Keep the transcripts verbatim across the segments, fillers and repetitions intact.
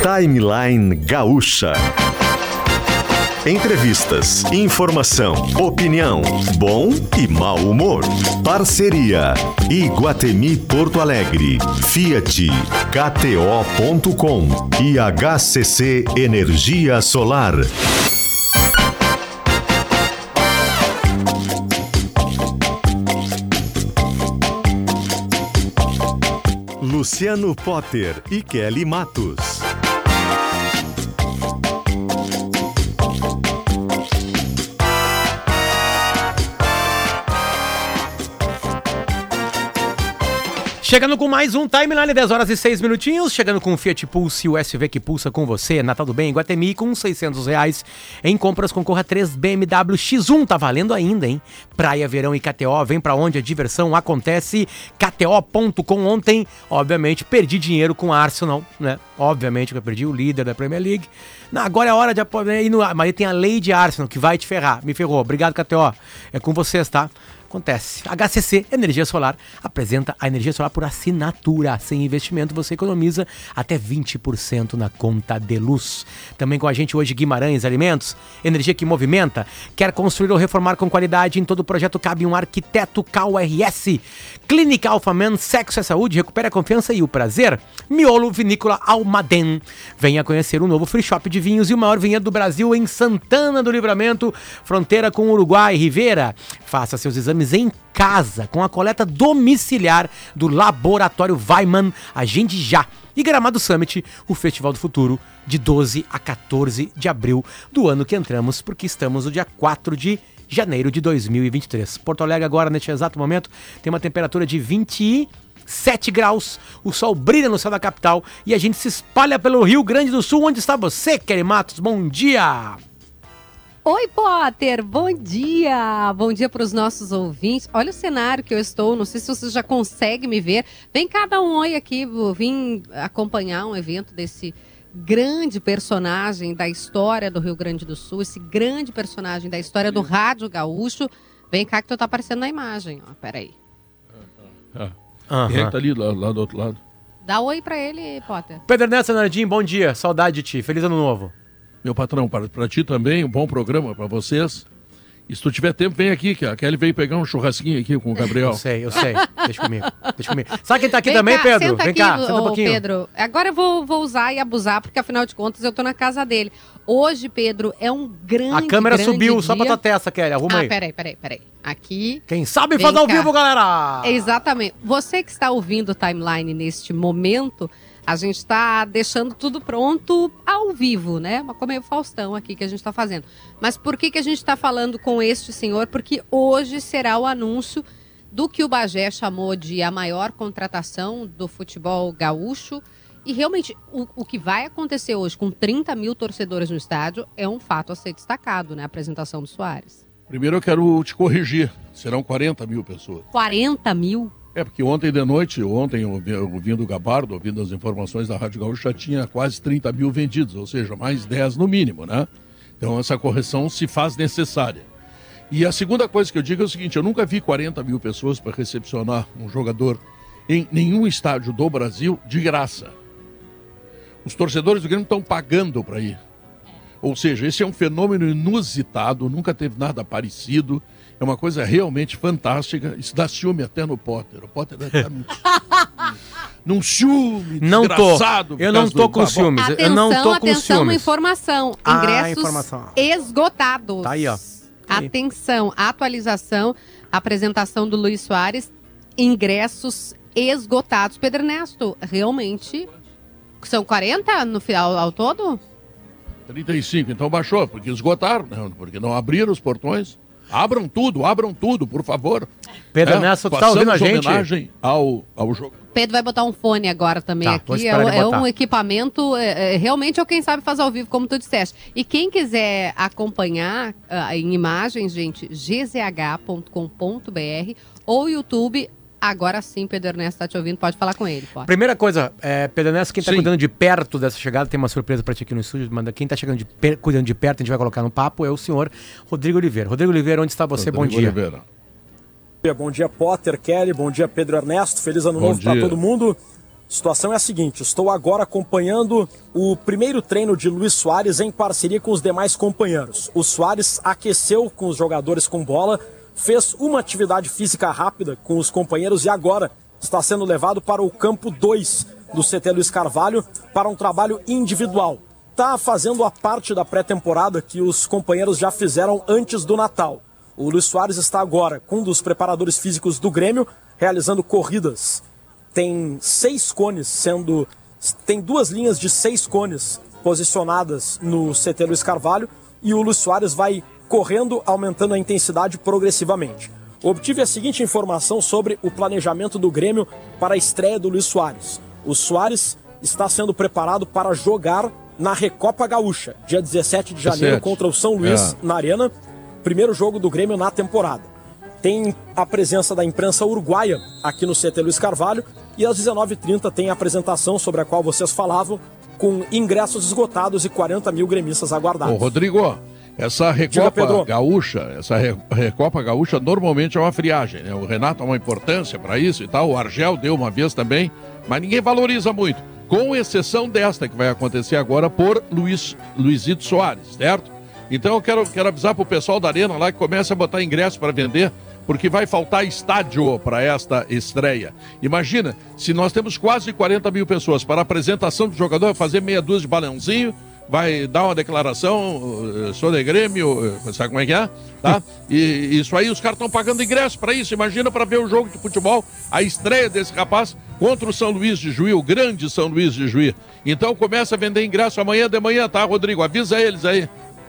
Timeline Gaúcha. Entrevistas, informação, opinião, bom e mau humor. Parceria Iguatemi Porto Alegre, Fiat, K T O ponto com e H C C Energia Solar. Luciano Potter e Kelly Matos. Chegando com mais um Timeline, dez horas e seis minutinhos. Chegando com o Fiat Pulse, o S U V que pulsa com você. Natal do Bem, Iguatemi, com seiscentos reais em compras, concorra a três B M W X um. Tá valendo ainda, hein? Praia, verão e K T O. Vem pra onde a diversão acontece. K T O ponto com. Ontem, obviamente, perdi dinheiro com a Arsenal, né? Obviamente que eu perdi o líder da Premier League. Não, agora é hora de ir no... Mas tem a lei de Arsenal que vai te ferrar. Me ferrou. Obrigado, K T O. É com vocês, tá? Acontece. H C C Energia Solar apresenta a energia solar por assinatura. Sem investimento você economiza até vinte por cento na conta de luz. Também com a gente hoje Guimarães Alimentos, energia que movimenta. Quer construir ou reformar com qualidade? Em todo projeto cabe um arquiteto. K U R S. Clínica Alphaman, sexo é saúde, recupera a confiança e o prazer. Miolo Vinícola Almaden. Venha conhecer o novo free shop de vinhos e o maior vinhedo do Brasil em Santana do Livramento, fronteira com Uruguai, Rivera. Faça seus exames em casa com a coleta domiciliar do Laboratório Weiman. Agende já. E Gramado Summit, o Festival do Futuro, de doze a quatorze de abril do ano que entramos, porque estamos no dia quatro de janeiro de dois mil e vinte e três. Porto Alegre agora, neste exato momento, tem uma temperatura de vinte e sete graus, o sol brilha no céu da capital e a gente se espalha pelo Rio Grande do Sul. Onde está você, Kelly Matos? Bom dia! Oi, Potter, bom dia! Bom dia para os nossos ouvintes. Olha o cenário que eu estou, não sei se você já consegue me ver. Vem cada um oi aqui, vou vim acompanhar um evento desse grande personagem da história do Rio Grande do Sul, esse grande personagem da história do rádio gaúcho. Vem cá que tu tá aparecendo na imagem, ó, peraí. Ah, ah. Quem é que tá ali, lá, lá do outro lado? Dá oi pra ele, Potter. Pedro Ernesto Nardim, bom dia, saudade de ti, feliz ano novo. Meu patrão, para, para ti também, um bom programa para vocês. E se tu tiver tempo, vem aqui, que a Kelly veio pegar um churrasquinho aqui com o Gabriel. Eu sei, eu sei. Deixa comigo, deixa comigo. Sabe quem tá aqui vem também, cá, Pedro? Senta vem aqui, cá, senta um pouquinho. Pedro, agora eu vou, vou usar e abusar, porque afinal de contas eu tô na casa dele. Hoje, Pedro, é um grande, A câmera grande subiu dia. só pra tua testa, Kelly, arruma ah, aí. Ah, peraí, peraí, peraí. Aqui. Quem sabe faz ao cá. vivo, galera! Exatamente. Você que está ouvindo o Timeline neste momento, a gente está deixando tudo pronto ao vivo, né? Como é o Faustão aqui que a gente está fazendo. Mas por que, que a gente está falando com este senhor? Porque hoje será o anúncio do que o Bagé chamou de a maior contratação do futebol gaúcho. E realmente, o, o que vai acontecer hoje com trinta mil torcedores no estádio é um fato a ser destacado, né? A apresentação do Soares. Primeiro eu quero te corrigir. Serão quarenta mil pessoas. quarenta mil? É, porque ontem de noite, ontem, ouvindo o Gabardo, ouvindo as informações da Rádio Gaúcha, já tinha quase trinta mil vendidos, ou seja, mais dez no mínimo, né? Então essa correção se faz necessária. E a segunda coisa que eu digo é o seguinte, eu nunca vi quarenta mil pessoas para recepcionar um jogador em nenhum estádio do Brasil de graça. Os torcedores do Grêmio estão pagando para ir. Ou seja, esse é um fenômeno inusitado, nunca teve nada parecido. É uma coisa realmente fantástica. Isso dá ciúme até no Potter. O Potter deve estar num, num ciúme não desgraçado. Tô. Eu não tô com ciúmes. Atenção, eu não tô com atenção, ciúmes. informação. Ah, Ingressos informação. esgotados. Tá aí, ó. Tá aí. Atenção, atualização, apresentação do Luiz Soares, ingressos esgotados. Pedro Ernesto, realmente, são quarenta no final ao todo? trinta e cinco, então baixou, porque esgotaram, né? Porque não abriram os portões. Abram tudo, abram tudo, por favor. Pedro é, Ernesto, tu tá ouvindo a gente? Homenagem ao, ao jogo. Pedro vai botar um fone agora também tá, aqui. É, é um equipamento, é, é, realmente é o quem sabe faz ao vivo, como tu disseste. E quem quiser acompanhar uh, em imagens, gente, g z h ponto com ponto b r ou YouTube. Agora sim, Pedro Ernesto tá te ouvindo, pode falar com ele. Pode. Primeira coisa, é, Pedro Ernesto, quem tá sim. cuidando de perto dessa chegada, tem uma surpresa pra ti aqui no estúdio, manda. Quem tá chegando de per, cuidando de perto, a gente vai colocar no papo, é o senhor Rodrigo Oliveira. Rodrigo Oliveira, onde está você? Rodrigo Bom dia. Oliveira. Bom dia, Potter, Kelly, bom dia, Pedro Ernesto, feliz ano bom novo para todo mundo. A situação é a seguinte, estou agora acompanhando o primeiro treino de Luis Soares em parceria com os demais companheiros. O Soares aqueceu com os jogadores com bola, fez uma atividade física rápida com os companheiros e agora está sendo levado para o campo dois do C T Luiz Carvalho para um trabalho individual. Está fazendo a parte da pré-temporada que os companheiros já fizeram antes do Natal. O Luis Soares está agora com um dos preparadores físicos do Grêmio, realizando corridas. Tem seis cones sendo... Tem duas linhas de seis cones posicionadas no C T Luiz Carvalho e o Luis Soares vai correndo, aumentando a intensidade progressivamente. Obtive a seguinte informação sobre o planejamento do Grêmio para a estreia do Luis Soares. O Soares está sendo preparado para jogar na Recopa Gaúcha, dia dezessete de janeiro, contra o São Luís, é. na Arena. Primeiro jogo do Grêmio na temporada. Tem a presença da imprensa uruguaia aqui no C T Luiz Carvalho e às dezenove e trinta tem a apresentação sobre a qual vocês falavam, com ingressos esgotados e quarenta mil gremistas aguardados. Ô, Rodrigo, essa Recopa Diga, Gaúcha, essa Re- Recopa Gaúcha normalmente é uma friagem, né? O Renato dá uma importância para isso e tal, o Argel deu uma vez também, mas ninguém valoriza muito, com exceção desta que vai acontecer agora por Luiz, Luizito Soares, certo? Então eu quero, quero avisar pro pessoal da Arena lá que comece a botar ingresso para vender, porque vai faltar estádio para esta estreia. Imagina, se nós temos quase quarenta mil pessoas para a apresentação do jogador, vai fazer meia dúzia de balãozinho, vai dar uma declaração, sou de Grêmio, sabe como é que é? Tá? E isso aí, os caras estão pagando ingresso para isso. Imagina para ver o jogo de futebol, a estreia desse rapaz contra o São Luís de Juí, o grande São Luís de Juí. Então começa a vender ingresso amanhã de manhã, tá, Rodrigo? Avisa eles aí.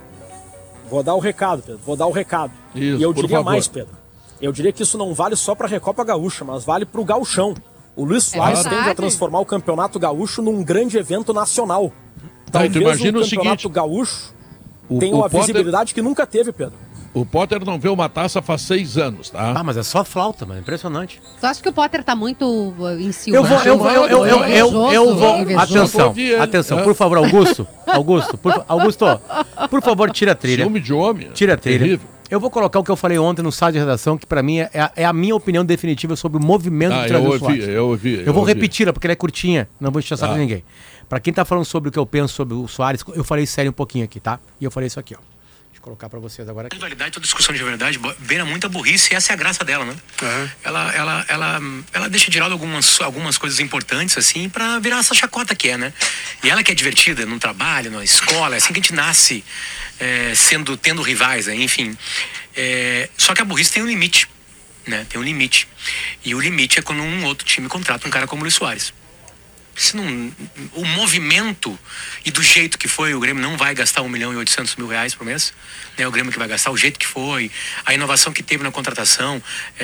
Vou dar o recado, Pedro, vou dar o recado. Isso, e eu diria favor. mais, Pedro. Eu diria que isso não vale só para a Recopa Gaúcha, mas vale para o Gauchão. O Luis Soares é tende a transformar o Campeonato Gaúcho num grande evento nacional. Tá, então imagina o o Campeonato seguinte, Gaúcho o, tem o uma Potter, visibilidade que nunca teve, Pedro. O Potter não vê uma taça faz seis anos, tá? Ah, mas é só flauta, mano. Impressionante. Tu acha que o Potter tá muito uh, Eu enciumado? vou, eu vou, eu, eu, eu, eu, eu vou. Invejoso? Atenção, Invejoso. atenção, por favor, Augusto. Augusto, por, Augusto, por favor, tira a trilha. Ciúme de homem. Tira a trilha. Terrível. Eu vou colocar o que eu falei ontem no site de redação, que pra mim é a, é a minha opinião definitiva sobre o movimento Ah, do trazer eu o ouvi, Soares. eu ouvi. Eu vou ouvi. repeti-la, porque ela é curtinha, não vou encher o saco Ah. de ninguém. Pra quem tá falando sobre o que eu penso sobre o Soares, eu falei sério um pouquinho aqui, tá? E eu falei isso aqui, ó. Deixa eu colocar pra vocês agora aqui. A rivalidade, toda discussão de verdade, beira muita burrice e essa é a graça dela, né? Uhum. Ela, ela, ela, ela deixa de lado algumas, algumas coisas importantes, assim, pra virar essa chacota que é, né? E ela que é divertida no trabalho, na escola, é assim que a gente nasce, é, sendo, tendo rivais, né? Enfim. É, só que a burrice tem um limite, né? Tem um limite. E o limite é quando um outro time contrata um cara como o Luis Soares. Se não, o movimento e do jeito que foi, o Grêmio não vai gastar um milhão e oitocentos mil reais por mês, né? O Grêmio que vai gastar, o jeito que foi, a inovação que teve na contratação,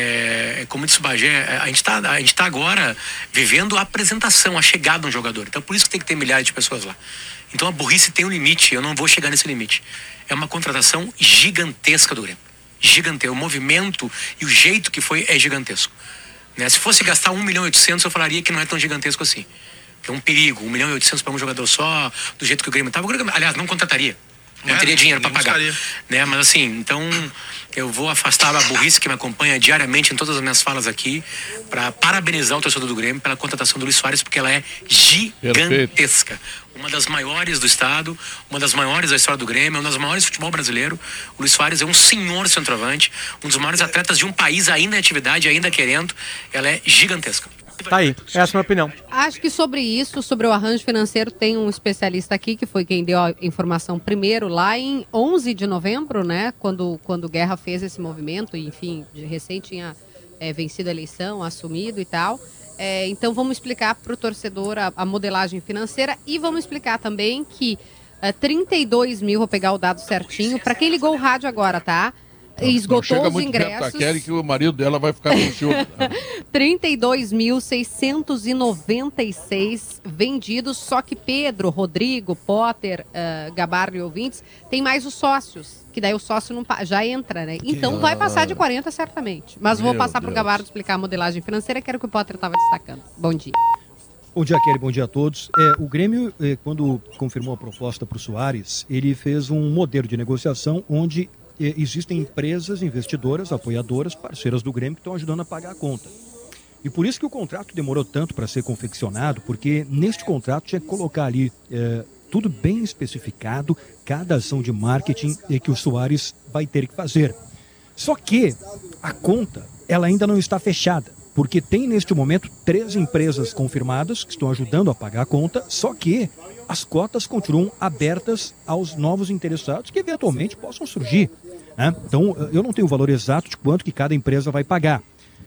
é, como disse o Bagé, a gente está a gente tá agora vivendo a apresentação, a chegada de um jogador, então por isso que tem que ter milhares de pessoas lá. Então a burrice tem um limite, eu não vou chegar nesse limite. É uma contratação gigantesca do Grêmio, gigantesco, o movimento e o jeito que foi é gigantesco, né? Se fosse gastar um milhão e oitocentos, eu falaria que não é tão gigantesco assim. É um perigo, um milhão e oitocentos para um jogador só, do jeito que o Grêmio estava. O Grêmio, aliás, não contrataria. Não é, teria dinheiro para pagar. Né? Mas assim, então eu vou afastar a burrice que me acompanha diariamente em todas as minhas falas aqui, para parabenizar o torcedor do Grêmio pela contratação do Luis Soares, porque ela é gigantesca. Perfeito. Uma das maiores do estado, uma das maiores da história do Grêmio, uma das maiores do futebol brasileiro. O Luis Soares é um senhor centroavante, um dos maiores atletas de um país ainda em atividade, ainda querendo. Ela é gigantesca. Tá aí, essa é a minha opinião. Acho que sobre isso, sobre o arranjo financeiro, tem um especialista aqui, que foi quem deu a informação primeiro, lá em onze de novembro, né? Quando, quando o Guerra fez esse movimento, e enfim, de recente tinha é, vencido a eleição, assumido e tal. É, então vamos explicar para o torcedor a, a modelagem financeira e vamos explicar também que uh, trinta e dois mil, vou pegar o dado certinho, para quem ligou o rádio agora, tá? Esgotou não, não os ingressos. Quer que o marido dela vai ficar com ciúme. trinta e dois mil seiscentos e noventa e seis vendidos, só que Pedro, Rodrigo, Potter, uh, Gabardo e ouvintes, tem mais os sócios, que daí o sócio não já entra, né? Então vai passar de quarenta certamente. Mas vou passar para o Gabardo explicar a modelagem financeira, que era o que o Potter estava destacando. Bom dia. Bom dia, Kelly. Bom dia a todos. É, o Grêmio, é, quando confirmou a proposta para o Soares, ele fez um modelo de negociação onde existem empresas investidoras, apoiadoras, parceiras do Grêmio que estão ajudando a pagar a conta. E por isso que o contrato demorou tanto para ser confeccionado, porque neste contrato tinha que colocar ali é, tudo bem especificado, cada ação de marketing que o Soares vai ter que fazer. Só que a conta, ela ainda não está fechada, porque tem neste momento três empresas confirmadas que estão ajudando a pagar a conta, só que as cotas continuam abertas aos novos interessados que eventualmente possam surgir, né? Então, eu não tenho o valor exato de quanto que cada empresa vai pagar.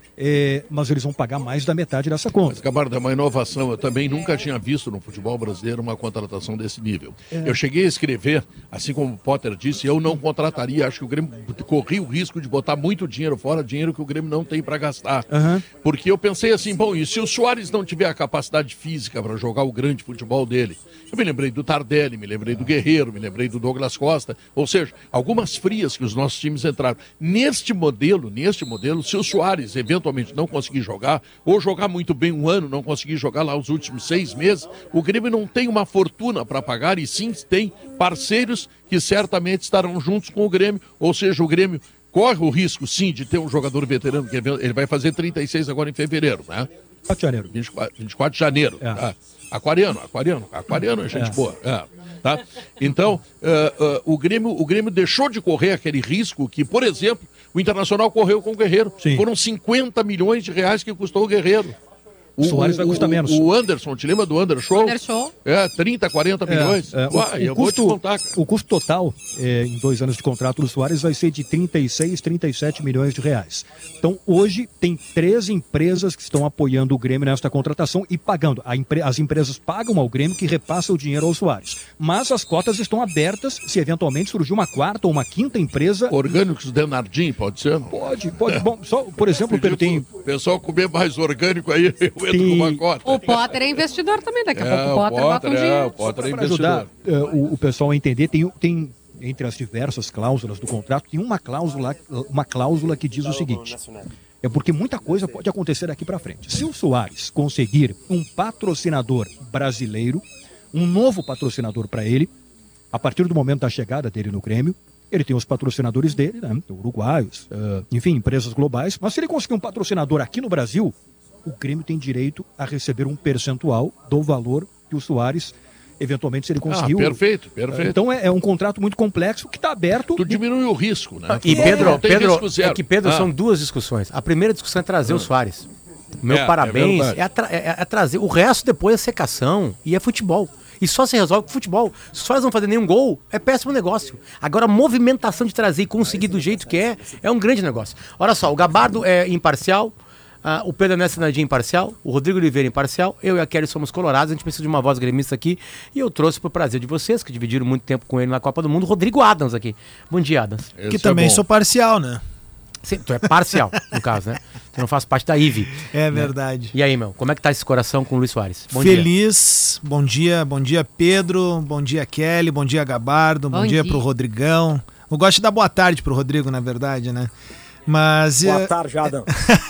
É, mas eles vão pagar mais da metade dessa conta. Mas, Gabardo, é uma inovação. Eu também nunca tinha visto no futebol brasileiro uma contratação desse nível. É. Eu cheguei a escrever, assim como o Potter disse, eu não contrataria. Acho que o Grêmio corria o risco de botar muito dinheiro fora, dinheiro que o Grêmio não tem para gastar. Uhum. Porque eu pensei assim, bom, e se o Soares não tiver a capacidade física para jogar o grande futebol dele? Eu me lembrei do Tardelli, me lembrei do Guerreiro, me lembrei do Douglas Costa. Ou seja, algumas frias que os nossos times entraram. Neste modelo, neste modelo, se o Soares eventualmente não conseguir jogar, ou jogar muito bem um ano, não conseguir jogar lá os últimos seis meses, o Grêmio não tem uma fortuna para pagar, e sim tem parceiros que certamente estarão juntos com o Grêmio, ou seja, o Grêmio corre o risco, sim, de ter um jogador veterano, que ele vai fazer trinta e seis agora em fevereiro, né? vinte e quatro de janeiro. vinte e quatro, vinte e quatro de janeiro. É. Tá? Aquariano, aquariano, aquariano é gente é. boa. É. Tá? Então, uh, uh, o, Grêmio, o Grêmio deixou de correr aquele risco que, por exemplo, o Internacional correu com o Guerreiro. Sim. Foram cinquenta milhões de reais que custou o Guerreiro. O Soares vai custar o, menos. O Anderson, te lembra do Anderson? Anderson. É, trinta, quarenta milhões. É, é, Uai, o, eu o, vou custo, te contar, cara. O custo total, é, em dois anos de contrato do Soares, vai ser de trinta e seis, trinta e sete milhões de reais. Então, hoje, tem três empresas que estão apoiando o Grêmio nesta contratação e pagando. A empre... As empresas pagam ao Grêmio, que repassa o dinheiro ao Soares. Mas as cotas estão abertas se eventualmente surgir uma quarta ou uma quinta empresa. Orgânicos Denardim, pode ser? Pode, pode. Bom, só, por exemplo, Pedro, tem... O pessoal comer mais orgânico aí, eu entro tem... com uma cota. O Potter é investidor também, daqui a é, pouco o Potter, Potter bota um dinheiro. É, o Potter é investidor. Ajudar uh, o, o pessoal a entender, tem, tem, entre as diversas cláusulas do contrato, tem uma cláusula, uma cláusula que diz o seguinte, é porque muita coisa pode acontecer daqui para frente. Se o Soares conseguir um patrocinador brasileiro, um novo patrocinador para ele, a partir do momento da chegada dele no Grêmio, ele tem os patrocinadores dele, né, uruguaios, uh, enfim, empresas globais, mas se ele conseguir um patrocinador aqui no Brasil, o Grêmio tem direito a receber um percentual do valor que o Soares, eventualmente, se ele conseguiu. Ah, perfeito, perfeito. Então é, é um contrato muito complexo que está aberto. Tu diminui o risco, né? E Pedro, é, Pedro é que Pedro, ah. são duas discussões. A primeira discussão é trazer ah. o Soares. Meu é, parabéns. É, é, tra é, é trazer. O resto depois é secação e é futebol. E só se resolve com futebol. Se os Soares não fazer nenhum gol, é péssimo negócio. Agora, a movimentação de trazer e conseguir do jeito que é, é um grande negócio. Olha só, o Gabardo é imparcial. Ah, o Pedro Nessa Nadinha imparcial, o Rodrigo Oliveira imparcial, eu e a Kelly somos colorados, a gente precisa de uma voz gremista aqui, e eu trouxe pro prazer de vocês, que dividiram muito tempo com ele na Copa do Mundo, o Rodrigo Adams aqui. Bom dia, Adams. Esse que também é sou parcial, né? Sim, tu é parcial, no caso, né? Tu não faz parte da I V. É né? verdade. E aí, meu, como é que tá esse coração com o Luís Soares? Bom Feliz, dia. bom dia, bom dia Pedro, bom dia Kelly, bom dia Gabardo, bom, bom dia, dia pro Rodrigão. Eu gosto de dar boa tarde pro Rodrigo, na verdade, né? Mas, boa é... tarde, Adam.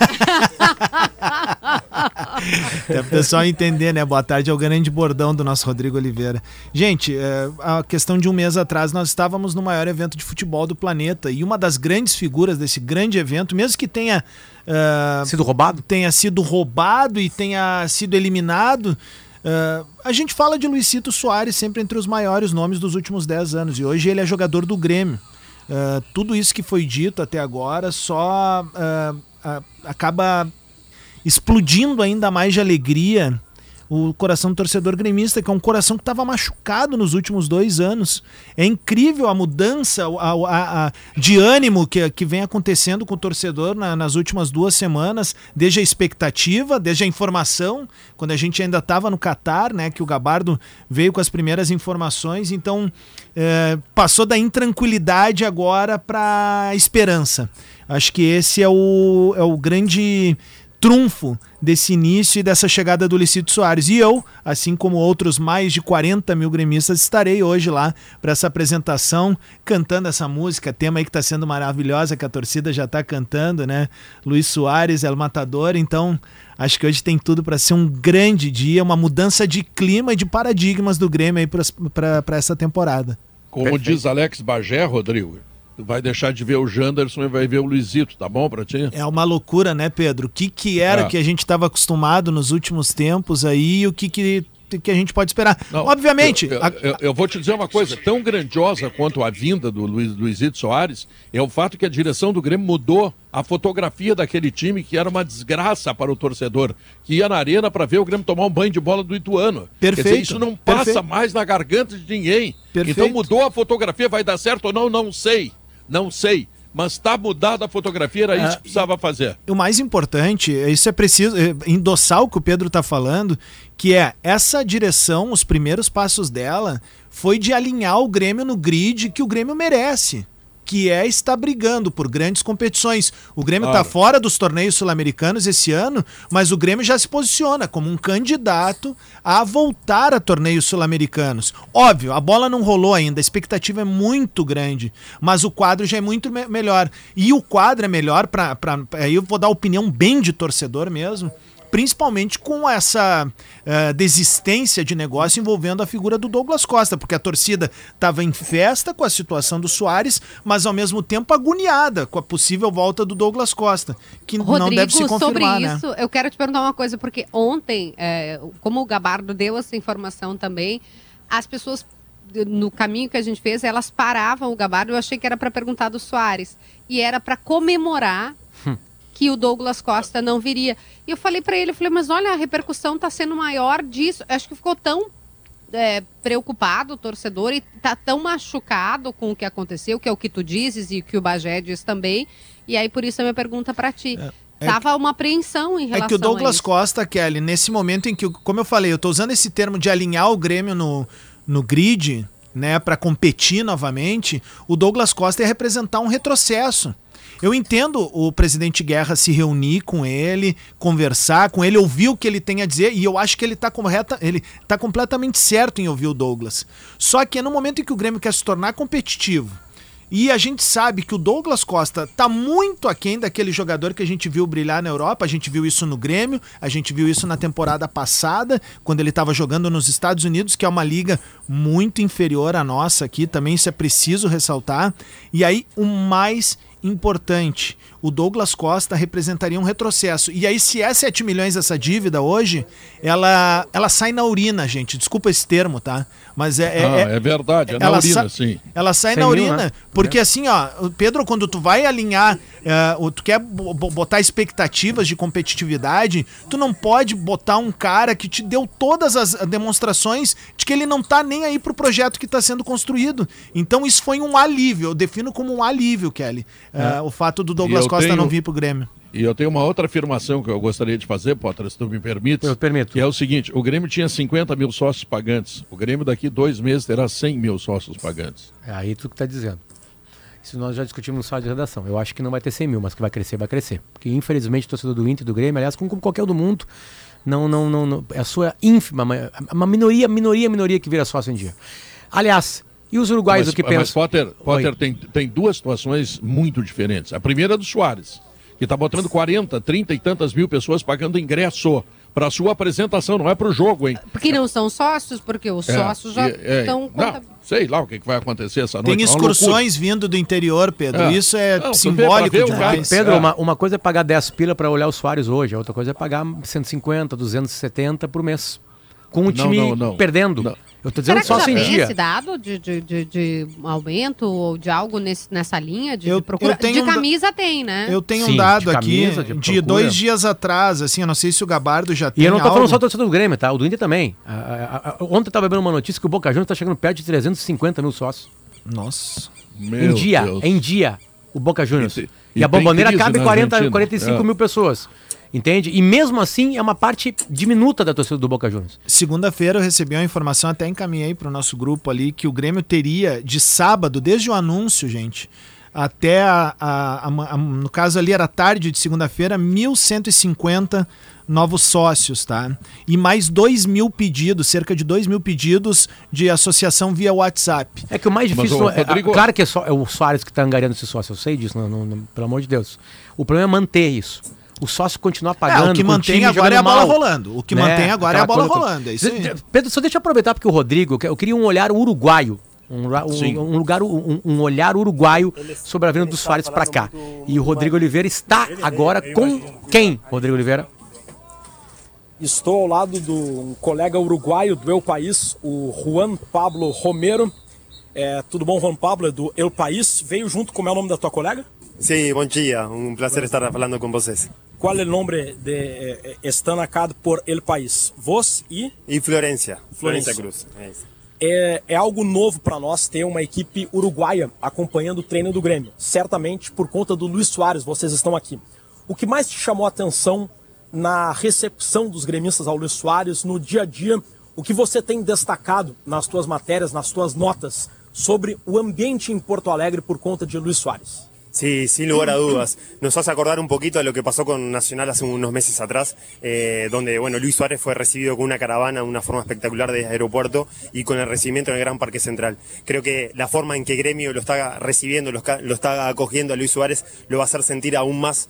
É o pessoal entender, né? Boa tarde é o grande bordão do nosso Rodrigo Oliveira. Gente, é, a questão de um mês atrás, nós estávamos no maior evento de futebol do planeta e uma das grandes figuras desse grande evento, mesmo que tenha... Uh, sido roubado? Tenha sido roubado e tenha sido eliminado... Uh, a gente fala de Luizito Soares sempre entre os maiores nomes dos últimos dez anos e hoje ele é jogador do Grêmio. Uh, tudo isso que foi dito até agora só uh, uh, acaba explodindo ainda mais de alegria o coração do torcedor gremista, que é um coração que estava machucado nos últimos dois anos. É incrível a mudança a, a, a, de ânimo que, que vem acontecendo com o torcedor na, nas últimas duas semanas, desde a expectativa, desde a informação, quando a gente ainda estava no Catar, né, que o Gabardo veio com as primeiras informações, então é, passou da intranquilidade agora para a esperança. Acho que esse é o, é o grande trunfo desse início e dessa chegada do Luizito Soares. E eu, assim como outros mais de quarenta mil gremistas, estarei hoje lá para essa apresentação, cantando essa música, tema aí que está sendo maravilhosa, que a torcida já está cantando, né? Luiz Soares, El Matador. Então, acho que hoje tem tudo para ser um grande dia, uma mudança de clima e de paradigmas do Grêmio aí para essa temporada. Como Perfeito. Diz Alex Bagé, Rodrigo, Tu vai deixar de ver o Janderson e vai ver o Luizito, tá bom pra ti? É uma loucura, né, Pedro? O que que era É. que a gente estava acostumado nos últimos tempos aí e o que que, que a gente pode esperar? Não, Obviamente... Eu, eu, a- eu- eu vou te dizer uma coisa, tão grandiosa quanto a vinda do Luiz, Luizito Soares é o fato que a direção do Grêmio mudou a fotografia daquele time, que era uma desgraça para o torcedor, que ia na arena para ver o Grêmio tomar um banho de bola do Ituano. Perfeito, Quer dizer, isso não passa perfeito. mais na garganta de ninguém. Perfeito. Então mudou a fotografia, vai dar certo ou não, não sei. Não sei. Mas está mudada a fotografia, era isso que precisava fazer. O mais importante, isso é preciso é, endossar o que o Pedro está falando, que é essa direção, os primeiros passos dela, foi de alinhar o Grêmio no grid que o Grêmio merece, que é estar brigando por grandes competições. O Grêmio está Claro. fora dos torneios sul-americanos esse ano, mas o Grêmio já se posiciona como um candidato a voltar a torneios sul-americanos. Óbvio, a bola não rolou ainda, a expectativa é muito grande, mas o quadro já é muito me- melhor. E o quadro é melhor para... Aí eu vou dar opinião bem de torcedor mesmo, principalmente com essa eh, desistência de negócio envolvendo a figura do Douglas Costa, porque a torcida estava em festa com a situação do Soares, mas ao mesmo tempo agoniada com a possível volta do Douglas Costa, que não Rodrigo, deve se confirmar, sobre né? isso, eu quero te perguntar uma coisa, porque ontem, é, como o Gabardo deu essa informação também, as pessoas, no caminho que a gente fez, elas paravam o Gabardo, eu achei que era para perguntar do Soares, e era para comemorar que o Douglas Costa não viria. E eu falei para ele, eu falei, mas olha, a repercussão está sendo maior disso. Eu acho que ficou tão é, preocupado o torcedor e tá tão machucado com o que aconteceu, que é o que tu dizes e que o Bagé diz também. E aí, por isso, a minha pergunta para ti. É Tava uma apreensão em relação É que o Douglas a isso. Costa, Kelly, nesse momento em que, como eu falei, eu tô usando esse termo de alinhar o Grêmio no, no grid, né, para competir novamente, o Douglas Costa ia representar um retrocesso. Eu entendo o presidente Guerra se reunir com ele, conversar com ele, ouvir o que ele tem a dizer, e eu acho que ele tá correta, ele tá completamente certo em ouvir o Douglas. Só que é no momento em que o Grêmio quer se tornar competitivo, e a gente sabe que o Douglas Costa tá muito aquém daquele jogador que a gente viu brilhar na Europa, a gente viu isso no Grêmio, a gente viu isso na temporada passada, quando ele estava jogando nos Estados Unidos, que é uma liga muito inferior à nossa aqui, também isso é preciso ressaltar. E aí, o mais importante, o Douglas Costa representaria um retrocesso. E aí, se é sete milhões essa dívida hoje, ela, ela sai na urina, gente. Desculpa esse termo, tá? Mas é... é, Ah, é, é verdade, é na ela urina, sa- sim. Ela sai Sem na mil, urina, né? porque assim, ó, Pedro, quando tu vai alinhar, eh, ou tu quer bo- bo- botar expectativas de competitividade, tu não pode botar um cara que te deu todas as demonstrações de que ele não tá nem aí pro projeto que tá sendo construído. Então isso foi um alívio, eu defino como um alívio, Kelly, eh, o fato do Douglas eu Costa tenho- não vir pro Grêmio. E eu tenho uma outra afirmação que eu gostaria de fazer, Potter, se tu me permite. Eu permito. Que é o seguinte, o Grêmio tinha cinquenta mil sócios pagantes. O Grêmio daqui dois meses terá cem mil sócios pagantes. É aí tu que tá dizendo. Isso nós já discutimos no site de redação. Eu acho que não vai ter cem mil, mas que vai crescer, vai crescer. Porque infelizmente o torcedor do Inter e do Grêmio, aliás, como qualquer um do mundo, não, não, não, não, é a sua ínfima, uma- uma minoria, minoria, minoria que vira sócio em dia. Aliás, e os uruguaios Mas, o que mas pensam? Potter, Potter Oi. tem, tem duas situações muito diferentes. A primeira é do Soares, que está botando quarenta, trinta e tantas mil pessoas pagando ingresso para sua apresentação, não é para o jogo, hein? Porque não são sócios, porque os É, sócios já e- é, estão... não, sei lá o que, que vai acontecer essa noite. Tem é uma loucura. excursões vindo do interior, Pedro, É. isso é Não, tu vê, simbólico pra ver o demais. cara- Pedro, É. uma, uma coisa é pagar dez pila para olhar o Soares hoje, a outra coisa é pagar cento e cinquenta, duzentos e setenta por mês. Com o time não, não. perdendo. Não. Eu tô dizendo Será que só já sem tem dia. esse dado de, de, de, de aumento ou de algo nesse, nessa linha de, Eu- de procura? eu tenho de um da- camisa tem, né? Eu tenho Sim, um dado de camisa, aqui de de, procura. dois dias atrás, assim, eu não sei se o Gabardo já tem E eu não tô falando algo. só do torcedor do Grêmio, tá? O do Inter também. A- a- a- ontem eu tava vendo uma notícia que o Boca Juniors tá chegando perto de trezentos e cinquenta mil sócios. Nossa. Meu em dia, Deus. em dia, o Boca Juniors. E E, te- e a tem Bomboneira crise cabe na quarenta, Argentina. quarenta e cinco É. mil pessoas. Entende? E mesmo assim é uma parte diminuta da torcida do Boca Juniors. Segunda-feira eu recebi uma informação, até encaminhei para o nosso grupo ali, que o Grêmio teria de sábado, desde o anúncio, gente, até a, a- a- a- no caso ali era tarde de segunda-feira, mil cento e cinquenta novos sócios, tá? E mais dois mil pedidos, cerca de dois mil pedidos de associação via WhatsApp. É que o mais Mas, difícil. ô, é- Rodrigo- claro que é, só, é o Soares que está angariando esse sócio, eu sei disso, não, não- não- pelo amor de Deus. O problema é manter isso. O sócio continuar pagando. É, o que com mantém time agora é a jogando bola mal, rolando. O que né? mantém agora é a Aquela bola coisa toda. rolando, é isso aí. Pedro, só deixa eu aproveitar porque o Rodrigo, eu queria um olhar uruguaio Um, um, um, lugar, um, um olhar uruguaio sobre a vinda do Soares para cá. E o Rodrigo Oliveira está agora com quem, Rodrigo Oliveira? Estou ao lado do um colega uruguaio do El País, o Juan Pablo Romero. É, tudo bom, Juan Pablo, do El País. Veio junto, como é o nome da tua colega? Sim, bom dia. Um prazer estar falando com vocês. Qual é o nome de eh, estão acá por El País? Vos e? E Florência. Florência Cruz. É, isso. É, é algo novo para nós ter uma equipe uruguaia acompanhando o treino do Grêmio. Certamente por conta do Luis Soares, vocês estão aqui. O que mais te chamou a atenção na recepção dos gremistas ao Luis Soares, no dia a dia, o que você tem destacado nas tuas matérias, nas tuas notas, sobre o ambiente em Porto Alegre por conta de Luis Soares? Sí, sin lugar a dudas. Nos hace acordar un poquito a lo que pasó con Nacional hace unos meses atrás, eh, donde bueno, Luis Suárez fue recibido con una caravana de una forma espectacular desde el aeropuerto y con el recibimiento en el Gran Parque Central. Creo que la forma en que Gremio lo está recibiendo, lo está, lo está acogiendo a Luis Suárez, lo va a hacer sentir aún más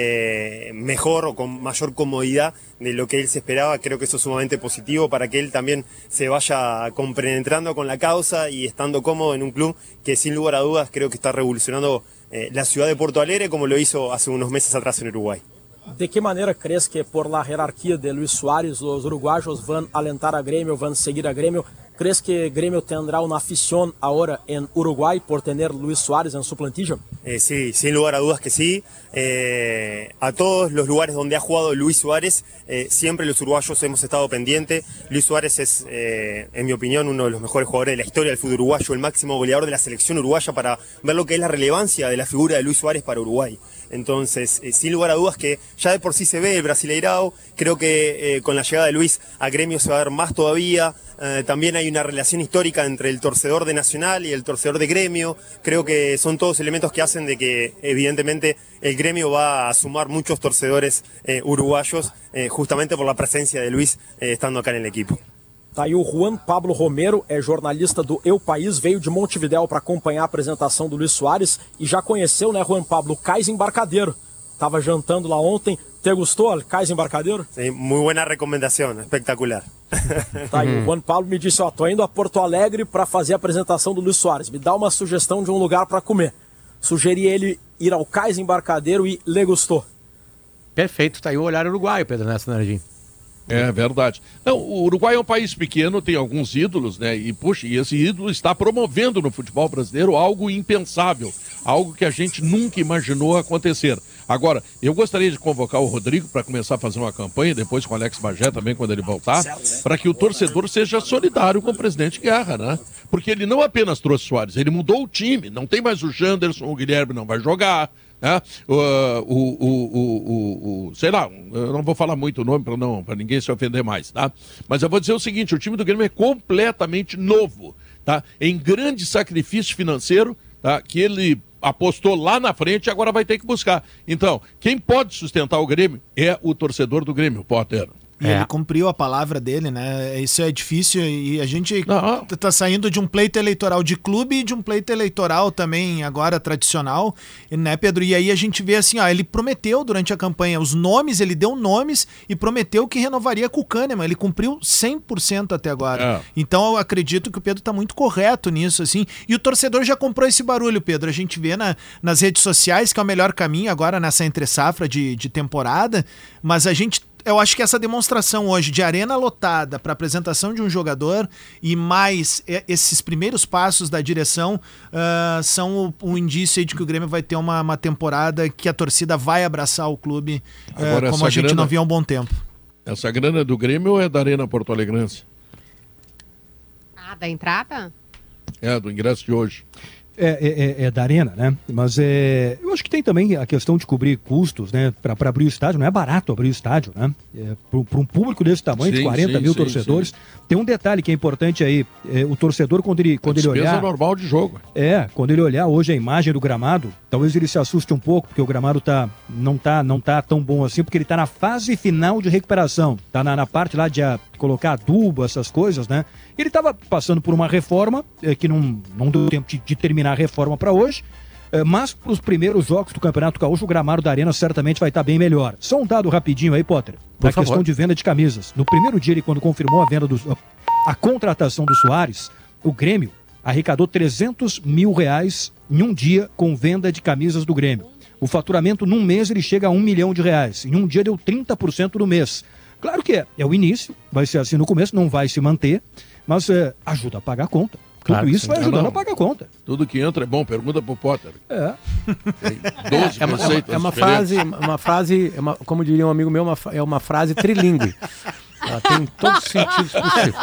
eh, mejor o con mayor comodidad de lo que él se esperaba. Creo que eso es sumamente positivo para que él también se vaya compenetrando con la causa y estando cómodo en un club que sin lugar a dudas creo que está revolucionando eh, la ciudad de Porto Alegre como lo hizo hace unos meses atrás en Uruguay. ¿De qué manera crees que por la jerarquía de Luis Suárez los uruguayos van a alentar a Gremio, van a seguir a Gremio? ¿Crees que Gremio tendrá una afición ahora en Uruguay por tener Luis Suárez en su plantilla? Eh, sí, sin lugar a dudas que sí. Eh, a todos los lugares donde ha jugado Luis Suárez, eh, siempre los uruguayos hemos estado pendientes. Luis Suárez es, eh, en mi opinión, uno de los mejores jugadores de la historia del fútbol uruguayo, el máximo goleador de la selección uruguaya, para ver lo que es la relevancia de la figura de Luis Suárez para Uruguay. Entonces, eh, sin lugar a dudas que ya de por sí se ve el Brasileirao. Creo que eh, con la llegada de Luis a Gremio se va a ver más todavía. Eh, también hay una relación histórica entre el torcedor de Nacional y el torcedor de Gremio. Creo que son todos elementos que hacen de que evidentemente el Gremio va a sumar muchos torcedores eh, uruguayos eh, justamente por la presencia de Luis eh, estando acá en el equipo. Tá aí o Juan Pablo Romero, é jornalista do El País, veio de Montevidéu para acompanhar a apresentação do Luis Soares e já conheceu, né, Juan Pablo, o Cais Embarcadeiro. Tava jantando lá ontem. Te gostou, Cais Embarcadeiro? Sí, muy buena recomendación, espectacular. Tá aí, o Juan Pablo me disse, ó, tô indo a Porto Alegre para fazer a apresentação do Luis Soares. Me dá uma sugestão de um lugar para comer. Sugeri ele ir ao Cais Embarcadeiro e le gostou. Perfeito, tá aí o olhar uruguaio, Pedro Neto Nardim. É verdade. Não, o Uruguai é um país pequeno, tem alguns ídolos, né? E, puxa, e esse ídolo está promovendo no futebol brasileiro algo impensável, algo que a gente nunca imaginou acontecer. Agora, eu gostaria de convocar o Rodrigo para começar a fazer uma campanha, depois com o Alex Bagé também, quando ele voltar, para que o torcedor seja solidário com o presidente Guerra, né? Porque ele não apenas trouxe Soares, ele mudou o time, não tem mais o Janderson, o Guilherme não vai jogar. É, o, o, o, o, o, sei lá, eu não vou falar muito o nome para não, para ninguém se ofender mais, tá? Mas eu vou dizer o seguinte, o time do Grêmio é completamente novo, tá? Em grande sacrifício financeiro, tá? Que ele apostou lá na frente e agora vai ter que buscar. Então, quem pode sustentar o Grêmio é o torcedor do Grêmio, Potter. E é. Ele cumpriu a palavra dele, né? Isso é difícil e a gente não. tá saindo de um pleito eleitoral de clube e de um pleito eleitoral também agora tradicional, né, Pedro? E aí a gente vê assim, ó, ele prometeu durante a campanha os nomes, ele deu nomes e prometeu que renovaria com o Kahneman. Ele cumpriu cem por cento até agora. É. Então eu acredito que o Pedro tá muito correto nisso, assim. E o torcedor já comprou esse barulho, Pedro. A gente vê na, nas redes sociais que é o melhor caminho agora nessa entre-safra de, de temporada, mas a gente eu acho que essa demonstração hoje de arena lotada para apresentação de um jogador e mais esses primeiros passos da direção uh, são o, o indício aí de que o Grêmio vai ter uma, uma temporada que a torcida vai abraçar o clube uh, como a gente grana, não via há um bom tempo. Essa grana do Grêmio é da Arena Porto Alegrense? Ah, da entrada? É, do ingresso de hoje. É, é, é da Arena, né? Mas é, eu acho que tem também a questão de cobrir custos, né? Para abrir o estádio, não é barato abrir o estádio, né? É, para um público desse tamanho, sim, de quarenta mil sim, torcedores. Sim. Tem um detalhe que é importante aí: é, o torcedor, quando ele, quando ele olhar. normal de jogo. É, quando ele olhar hoje a imagem do gramado, talvez ele se assuste um pouco, porque o gramado tá, não, tá, não tá tão bom assim, porque ele tá na fase final de recuperação. Tá na, na parte lá de a, colocar adubo, essas coisas, né? Ele estava passando por uma reforma, é, que não, não deu tempo de, de terminar a reforma para hoje, mas para os primeiros jogos do Campeonato Gaúcho o gramado da Arena certamente vai estar bem melhor. Só um dado rapidinho aí, Potter, da questão de venda de camisas. No primeiro dia, ele, quando confirmou a venda do, a contratação do Soares, o Grêmio arrecadou trezentos mil reais em um dia com venda de camisas do Grêmio. O faturamento num mês ele chega a um milhão de reais. Em um dia deu trinta por cento do mês. Claro que é, é o início, vai ser assim no começo, não vai se manter, mas é, ajuda a pagar a conta. Claro, Tudo isso vai sim. ajudando Não, a pagar a conta. Tudo que entra é bom, pergunta pro Potter. É. Tem doze É uma, receitas é uma diferentes. frase, uma frase, é uma, como diria um amigo meu, uma, é uma frase trilingue. Ela tem todos os sentidos possíveis.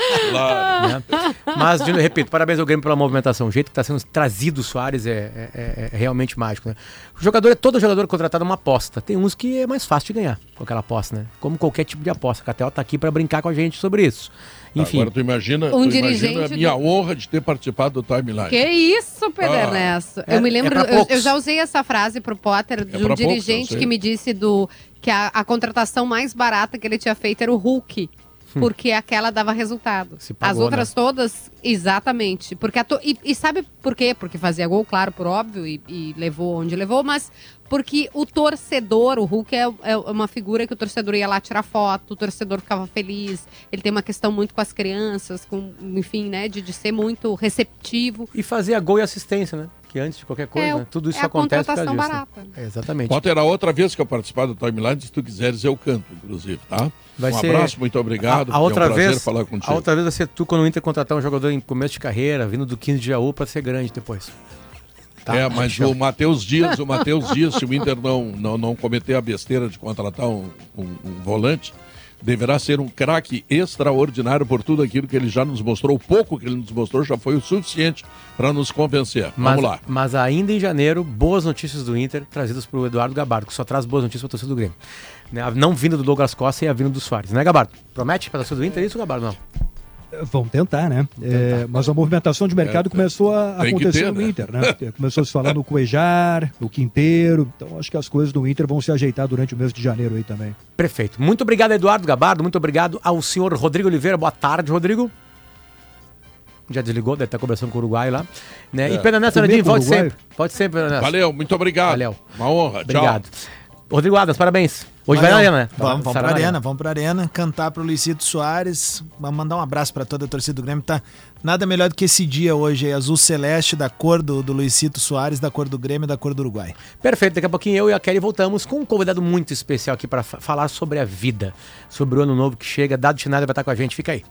Claro. Né? Mas, de novo, repito, parabéns ao Grêmio pela movimentação. O jeito que está sendo trazido o Soares é, é, é, é realmente mágico. Né? O jogador, todo jogador contratado é uma aposta. Tem uns que é mais fácil de ganhar com aquela aposta, né? Como qualquer tipo de aposta. A K T O está aqui para brincar com a gente sobre isso. Enfim. Agora tu imagina, Um tu dirigente imagina a minha do- honra de ter participado do Timeline. Que isso, Pedro Ah. Ernesto. É- eu me lembro, é pra eu, poucos. eu já usei essa frase pro Potter de pra um poucos, eu dirigente sei. que me disse do, que a, a contratação mais barata que ele tinha feito era o Hulk. Porque aquela dava resultado. Se pagou, As outras né? todas, exatamente. Porque a to- e, e sabe por quê? Porque fazia gol, claro, por óbvio, e, e levou onde levou, mas porque o torcedor, o Hulk é, é uma figura que o torcedor ia lá tirar foto, o torcedor ficava feliz, ele tem uma questão muito com as crianças, com, enfim, né, de, de ser muito receptivo. E fazia gol e assistência, né? Que antes de qualquer coisa, É, né? Tudo isso é a acontece por causa contratação disso. Né? barata. É, exatamente. Potter, a outra vez que eu participar do Timeline, se tu quiseres, eu canto, inclusive, tá? Vai um ser- abraço, muito obrigado. A, a outra é um prazer vez, falar contigo. a outra vez vai ser tu quando o Inter contratar um jogador em começo de carreira, vindo do quinze de Jaú para ser grande depois. Tá? É, mas Show. o Matheus Dias, o Matheus Dias, se o Inter não, não, não cometer a besteira de contratar um, um, um volante, deverá ser um craque extraordinário por tudo aquilo que ele já nos mostrou. O pouco que ele nos mostrou já foi o suficiente para nos convencer. Mas, Vamos lá. mas ainda em janeiro, boas notícias do Inter trazidas por Eduardo Gabardo, que só traz boas notícias para a torcida do Grêmio. Né? A não vinda do Douglas Costa e a vinda do Soares, né, Gabardo? Promete para a torcida do Inter isso, Gabardo? Não. Vamos tentar, né? É, mas a movimentação de mercado É, começou a tem que acontecer ter, no né? Inter, né? Começou se falando no Cuejar, no Quinteiro. Então acho que as coisas do Inter vão se ajeitar durante o mês de janeiro aí também. Perfeito. Muito obrigado, Eduardo Gabardo. Muito obrigado ao senhor Rodrigo Oliveira. Boa tarde, Rodrigo. Já desligou, deve estar conversando com o Uruguai lá. Né? É. E Pedro Ernesto, Comer Aradinho, com o pode Uruguai? sempre. Pode sempre, Pedro Ernesto. Valeu, muito obrigado. Valeu. Uma honra. Obrigado. Tchau. Rodrigo Adams, parabéns. Hoje Valeu. vai na arena, né? Vamos, vamos Estará pra na arena, vamos pra arena, cantar pro Luizito Soares, vamos mandar um abraço pra toda a torcida do Grêmio, tá nada melhor do que esse dia hoje, aí, azul celeste, da cor do, do Luizito Soares, da cor do Grêmio e da cor do Uruguai. Perfeito, daqui a pouquinho eu e a Kelly voltamos com um convidado muito especial aqui para falar sobre a vida, sobre o ano novo que chega. Dado Schneider vai estar com a gente, fica aí.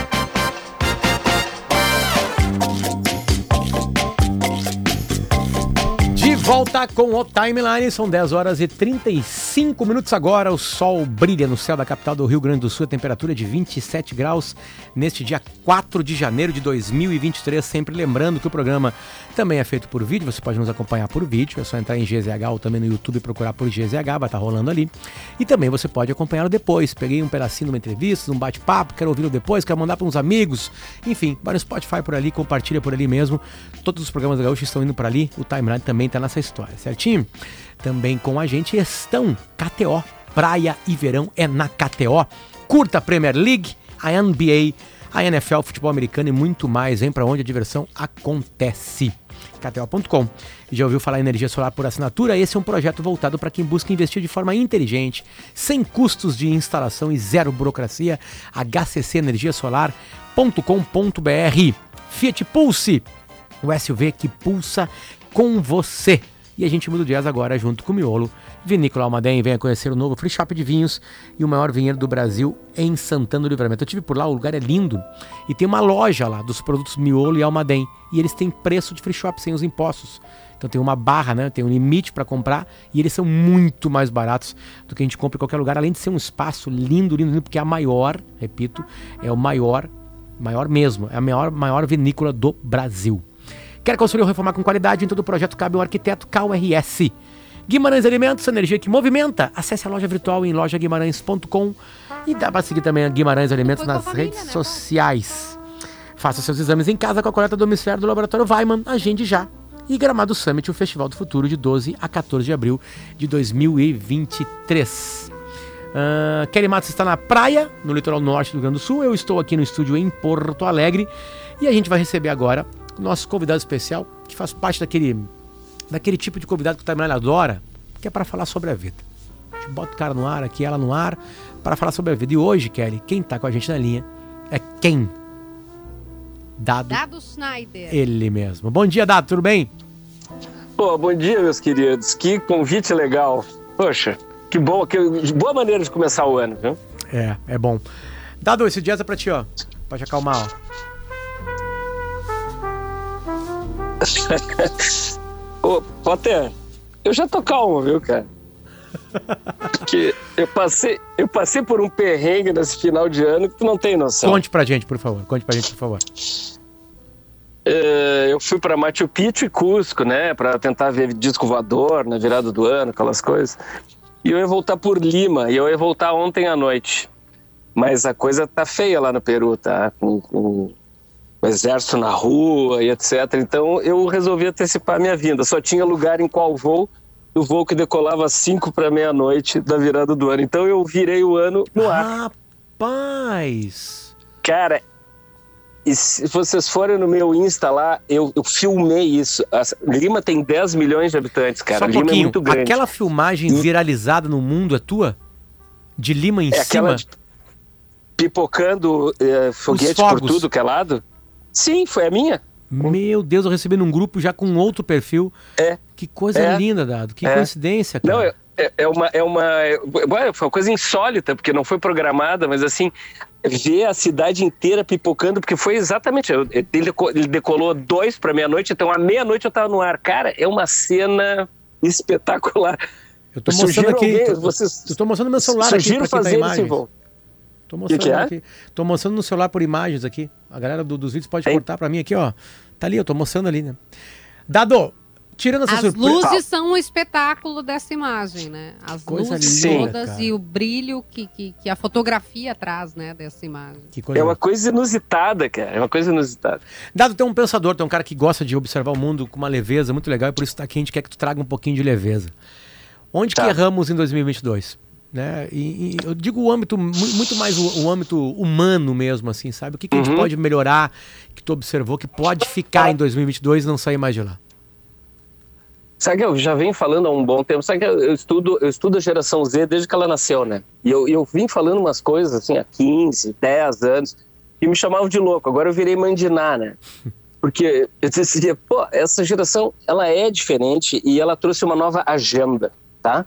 De volta com o Timeline, são dez horas e trinta e cinco minutos agora, o sol brilha no céu da capital do Rio Grande do Sul, a temperatura é de vinte e sete graus neste dia quatro de janeiro de dois mil e vinte e três, sempre lembrando que o programa também é feito por vídeo, você pode nos acompanhar por vídeo, é só entrar em G Z H ou também no YouTube e procurar por G Z H, vai estar rolando ali, e também você pode acompanhar depois, peguei um pedacinho de uma entrevista, um bate-papo, quero ouvi-lo depois, quero mandar para uns amigos, enfim, vai no Spotify por ali, compartilha por ali mesmo, todos os programas da Gaúcha estão indo para ali, o Timeline também está nessa história, certinho? Também com a gente estão K T O, praia e verão é na K T O, curta a Premier League, a N B A, a N F L, futebol americano e muito mais, vem para onde a diversão acontece. K T O ponto com. Já ouviu falar em energia solar por assinatura? Esse é um projeto voltado para quem busca investir de forma inteligente, sem custos de instalação e zero burocracia. H C C energia solar ponto com ponto b r. Fiat Pulse, o S U V que pulsa com você. E a gente muda o jazz agora junto com o Miolo. Vinícola Almaden, venha conhecer o novo free shop de vinhos e o maior vinhedo do Brasil em Santana do Livramento. Eu estive por lá, o lugar é lindo. E tem uma loja lá dos produtos Miolo e Almaden. E eles têm preço de free shop sem os impostos. Então tem uma barra, né? Tem um limite para comprar e eles são muito mais baratos do que a gente compra em qualquer lugar. Além de ser um espaço lindo, lindo, lindo, porque é a maior, repito, é o maior, maior mesmo, é a maior, maior vinícola do Brasil. Quer construir ou reformar com qualidade? Em todo o projeto cabe um arquiteto K U R S. Guimarães Alimentos, energia que movimenta. Acesse a loja virtual em loja guimarães ponto com e dá para seguir também a Guimarães Alimentos Foi com a nas família, redes né, sociais. Faça seus exames em casa com a coleta domiciliar do Laboratório Weiman. Agende já. E Gramado Summit, o Festival do Futuro, de doze a quatorze de abril de dois mil e vinte e três. Uh, Kelly Matos está na praia, no litoral norte do Rio Grande do Sul. Eu estou aqui no estúdio em Porto Alegre. E a gente vai receber agora o nosso convidado especial, que faz parte daquele, daquele tipo de convidado que o Timeline adora, que é para falar sobre a vida. A gente bota o cara no ar aqui, ela no ar, para falar sobre a vida. E hoje, Kelly, quem está com a gente na linha é quem? Dado, Dado Schneider. Ele mesmo. Bom dia, Dado, tudo bem? Pô, bom dia, meus queridos. Que convite legal. Poxa, que bom, que boa maneira de começar o ano, viu? É, é bom. Dado, esse jazz é pra ti, ó. Pode acalmar, ó. Ô, Potter, eu já tô calmo, viu, cara? Porque eu passei, eu passei por um perrengue nesse final de ano que tu não tem noção. Conte pra gente, por favor. Conte pra gente, por favor. É, eu fui pra Machu Picchu e Cusco, né? Pra tentar ver disco voador na virada do ano, aquelas coisas. E eu ia voltar por Lima, e eu ia voltar ontem à noite. Mas a coisa tá feia lá no Peru, tá? Com, com o exército na rua e etcétera. Então eu resolvi antecipar a minha vinda. Só tinha lugar em qual voo, do voo que decolava às cinco para meia-noite da virada do ano. Então eu virei o ano no ar. Rapaz! Cara, e se vocês forem no meu Insta lá, eu, eu filmei isso. Lima tem dez milhões de habitantes, cara. Só um Lima pouquinho. é muito grande. Aquela filmagem viralizada no mundo é tua? De Lima em é cima? Aquela pipocando é, foguete por tudo que é lado? Sim, foi a minha. Meu Deus, eu recebi num grupo já com outro perfil. É. Que coisa é. linda, Dado. Que é. coincidência, cara. Não, é, é, uma, é, uma, é uma coisa insólita, porque não foi programada, mas assim, ver a cidade inteira pipocando, porque foi exatamente, ele, ele decolou dois para meia-noite, então à meia-noite eu tava no ar. Cara, é uma cena espetacular. Eu tô mostrando aqui, alguém, tô, vocês, eu tô mostrando no meu celular aqui pra quem fazer tá imagens. Tô mostrando que que é? aqui. Tô mostrando no celular por imagens aqui. A galera do, dos vídeos pode Ei. cortar pra mim aqui, ó. Tá ali, eu tô mostrando ali, né? Dado, tirando essa As surpresa... As luzes são um espetáculo dessa imagem, né? As coisa luzes linda, todas cara. E o brilho que, que, que a fotografia traz, né, dessa imagem. Que coisa... É uma coisa inusitada, cara. É uma coisa inusitada. Dado, tem um pensador, tem um cara que gosta de observar o mundo com uma leveza muito legal e por isso tá aqui, a gente quer que tu traga um pouquinho de leveza. Onde tá. que erramos em dois mil e vinte e dois? Né? E, e eu digo o âmbito, muito mais o, o âmbito humano mesmo, assim, sabe? O que, que uhum. a gente pode melhorar, que tu observou, que pode ficar em dois mil e vinte e dois e não sair mais de lá? Sabe que eu já venho falando há um bom tempo, sabe que eu estudo, eu estudo a geração Z desde que ela nasceu, né? E eu, eu vim falando umas coisas, assim, há quinze, dez anos, que me chamavam de louco. Agora eu virei mandiná, né? Porque eu dizia, pô, essa geração, ela é diferente e ela trouxe uma nova agenda, tá?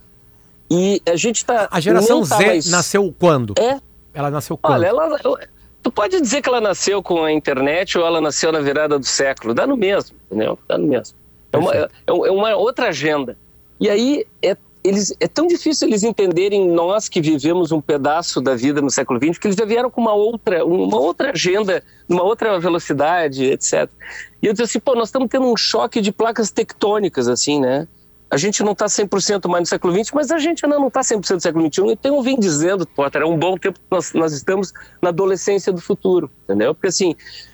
E a gente tá... A geração tá Z mais... nasceu quando? É? Ela nasceu quando? Olha, ela... Tu pode dizer que ela nasceu com a internet ou ela nasceu na virada do século. Dá no mesmo, entendeu? Dá no mesmo. É uma, é, é uma outra agenda. E aí, é, eles, é tão difícil eles entenderem nós que vivemos um pedaço da vida no século vinte, porque eles já vieram com uma outra, uma outra agenda, uma outra velocidade, etcétera. E eu disse assim, pô, nós estamos tendo um choque de placas tectônicas, assim, né? A gente não está cem por cento mais no século vinte, mas a gente ainda não está cem por cento no século vinte e um. Então eu vim dizendo, Potter, é um bom tempo que nós, nós estamos na adolescência do futuro, entendeu? Porque assim,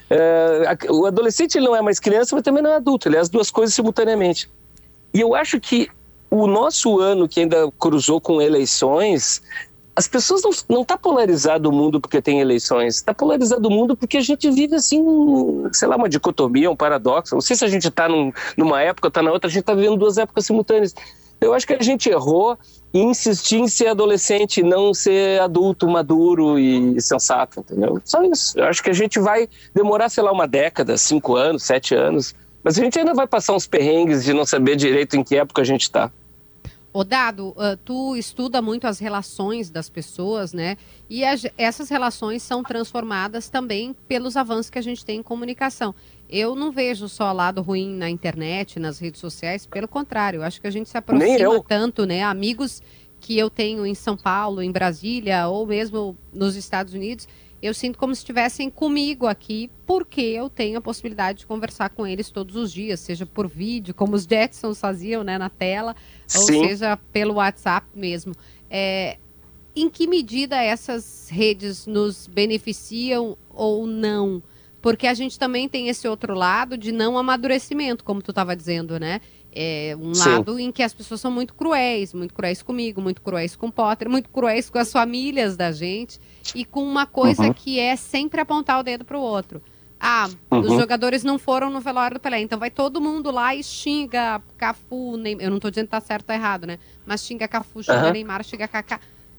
é, a, o adolescente ele não é mais criança, mas também não é adulto, ele é as duas coisas simultaneamente. E eu acho que o nosso ano, que ainda cruzou com eleições, as pessoas não não tá polarizado o mundo porque tem eleições, está polarizado o mundo porque a gente vive assim, sei lá, uma dicotomia, um paradoxo. Não sei se a gente está num, numa época, está na outra, a gente está vivendo duas épocas simultâneas. Eu acho que a gente errou em insistir em ser adolescente, não ser adulto, maduro e sensato, entendeu? Só isso. Eu acho que a gente vai demorar, sei lá, uma década, cinco anos, sete anos, mas a gente ainda vai passar uns perrengues de não saber direito em que época a gente está. Ô Dado, uh, tu estuda muito as relações das pessoas, né? E as, essas relações são transformadas também pelos avanços que a gente tem em comunicação. Eu não vejo só lado ruim na internet, nas redes sociais, pelo contrário, eu acho que a gente se aproxima tanto, né? Amigos que eu tenho em São Paulo, em Brasília, ou mesmo nos Estados Unidos, eu sinto como se estivessem comigo aqui, porque eu tenho a possibilidade de conversar com eles todos os dias, seja por vídeo, como os Jetsons faziam, né, na tela, Sim. ou seja pelo WhatsApp mesmo. É, em que medida essas redes nos beneficiam ou não? Porque a gente também tem esse outro lado de não amadurecimento, como tu estava dizendo, né? É um Sim. lado em que as pessoas são muito cruéis, muito cruéis comigo, muito cruéis com o Potter, muito cruéis com as famílias da gente e com uma coisa uhum. que é sempre apontar o dedo para o outro. Ah, uhum. os jogadores não foram no velório do Pelé, então vai todo mundo lá e xinga Cafu, Neymar. Eu não estou dizendo que tá certo ou errado, né? Mas xinga Cafu, xinga uhum. Neymar, xinga Kaká.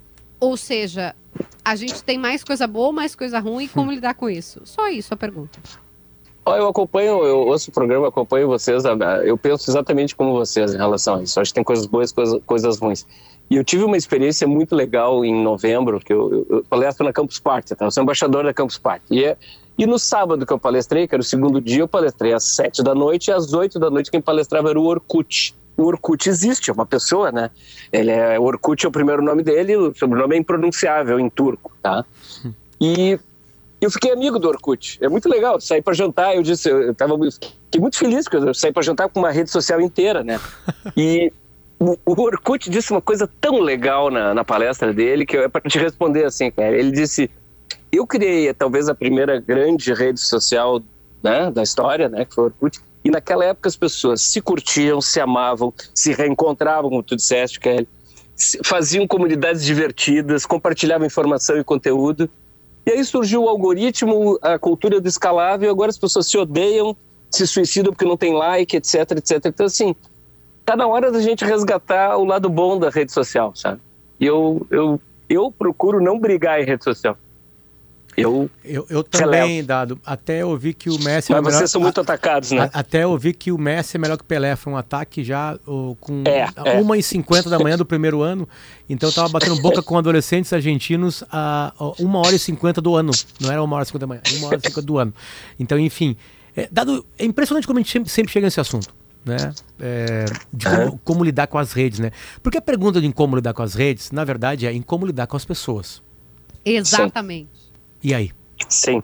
Ou seja, a gente tem mais coisa boa ou mais coisa ruim e como lidar com isso? Só isso a pergunta. Ó, eu acompanho, eu ouço o programa, acompanho vocês, eu penso exatamente como vocês em relação a isso. Acho que tem coisas boas, coisas, coisas ruins. E eu tive uma experiência muito legal em novembro, que eu, eu, eu palestro na Campus Party, tá? Eu sou embaixador da Campus Party. E, é, e no sábado que eu palestrei, que era o segundo dia, eu palestrei às sete da noite, e às oito da noite quem palestrava era o Orkut. O Orkut existe, é uma pessoa, né? Ele é, o Orkut é o primeiro nome dele, o sobrenome é impronunciável em turco, tá? E eu fiquei amigo do Orkut. É muito legal. Saí para jantar, eu disse, eu tava fiquei muito feliz, porque eu saí para jantar com uma rede social inteira, né? E o, o Orkut disse uma coisa tão legal na, na palestra dele, que é para te responder assim, cara. Ele disse, eu criei talvez a primeira grande rede social, né, da história, né, que foi o Orkut, e naquela época as pessoas se curtiam, se amavam, se reencontravam, como tu disseste, Kelly, faziam comunidades divertidas, compartilhavam informação e conteúdo. E aí surgiu o algoritmo, a cultura do escalável, agora as pessoas se odeiam, se suicidam porque não tem like, etc, etcétera. Então, assim, tá na hora da gente resgatar o lado bom da rede social, sabe? E eu, eu, eu procuro não brigar em rede social. Eu, eu, eu também, Dado. Até eu vi que o Messi... Mas é melhor, vocês são muito a, atacados, né? A, até eu vi que o Messi é melhor que o Pelé. Foi um ataque já oh, com é, é. uma e cinquenta da manhã do primeiro ano. Então eu tava batendo boca com adolescentes argentinos a uma hora e cinquenta do ano. Não era uma hora e cinquenta da manhã, uma hora e cinquenta do ano. Então, enfim... É, Dado, é impressionante como a gente sempre, sempre chega nesse assunto, né? É, de como, como lidar com as redes, né? Porque a pergunta de como lidar com as redes, na verdade, é em como lidar com as pessoas. Exatamente. Sim. E aí? Sim.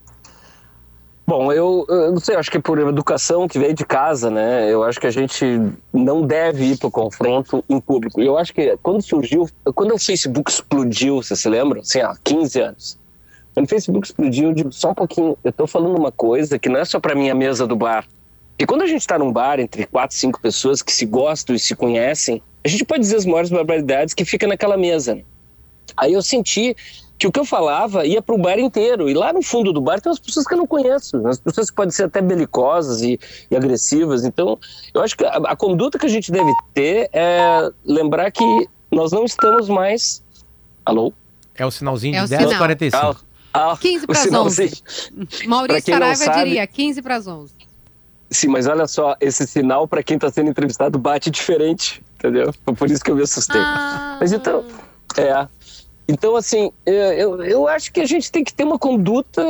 Bom, eu, eu não sei, acho que é por educação que veio de casa, né? Eu acho que a gente não deve ir para o confronto em público. E eu acho que quando surgiu, quando o Facebook explodiu, você se lembra? Assim, há quinze anos. Quando o Facebook explodiu, eu digo, só um pouquinho, eu tô falando uma coisa que não é só para minha mesa do bar. Porque quando a gente tá num bar entre quatro, cinco pessoas que se gostam e se conhecem, a gente pode dizer as maiores barbaridades que fica naquela mesa. Aí eu senti que o que eu falava ia pro bar inteiro. E lá no fundo do bar tem umas pessoas que eu não conheço. As pessoas que podem ser até belicosas e, e agressivas. Então, eu acho que a, a conduta que a gente deve ter é lembrar que nós não estamos mais... Alô? É o sinalzinho de é dez e quarenta e cinco. Ah, quinze para as onze. Maurício Saraiva sabe, diria quinze para as onze. Sim, mas olha só, esse sinal para quem está sendo entrevistado bate diferente, entendeu? Foi por isso que eu me assustei. Ah. Mas então, é... Então, assim, eu, eu acho que a gente tem que ter uma conduta,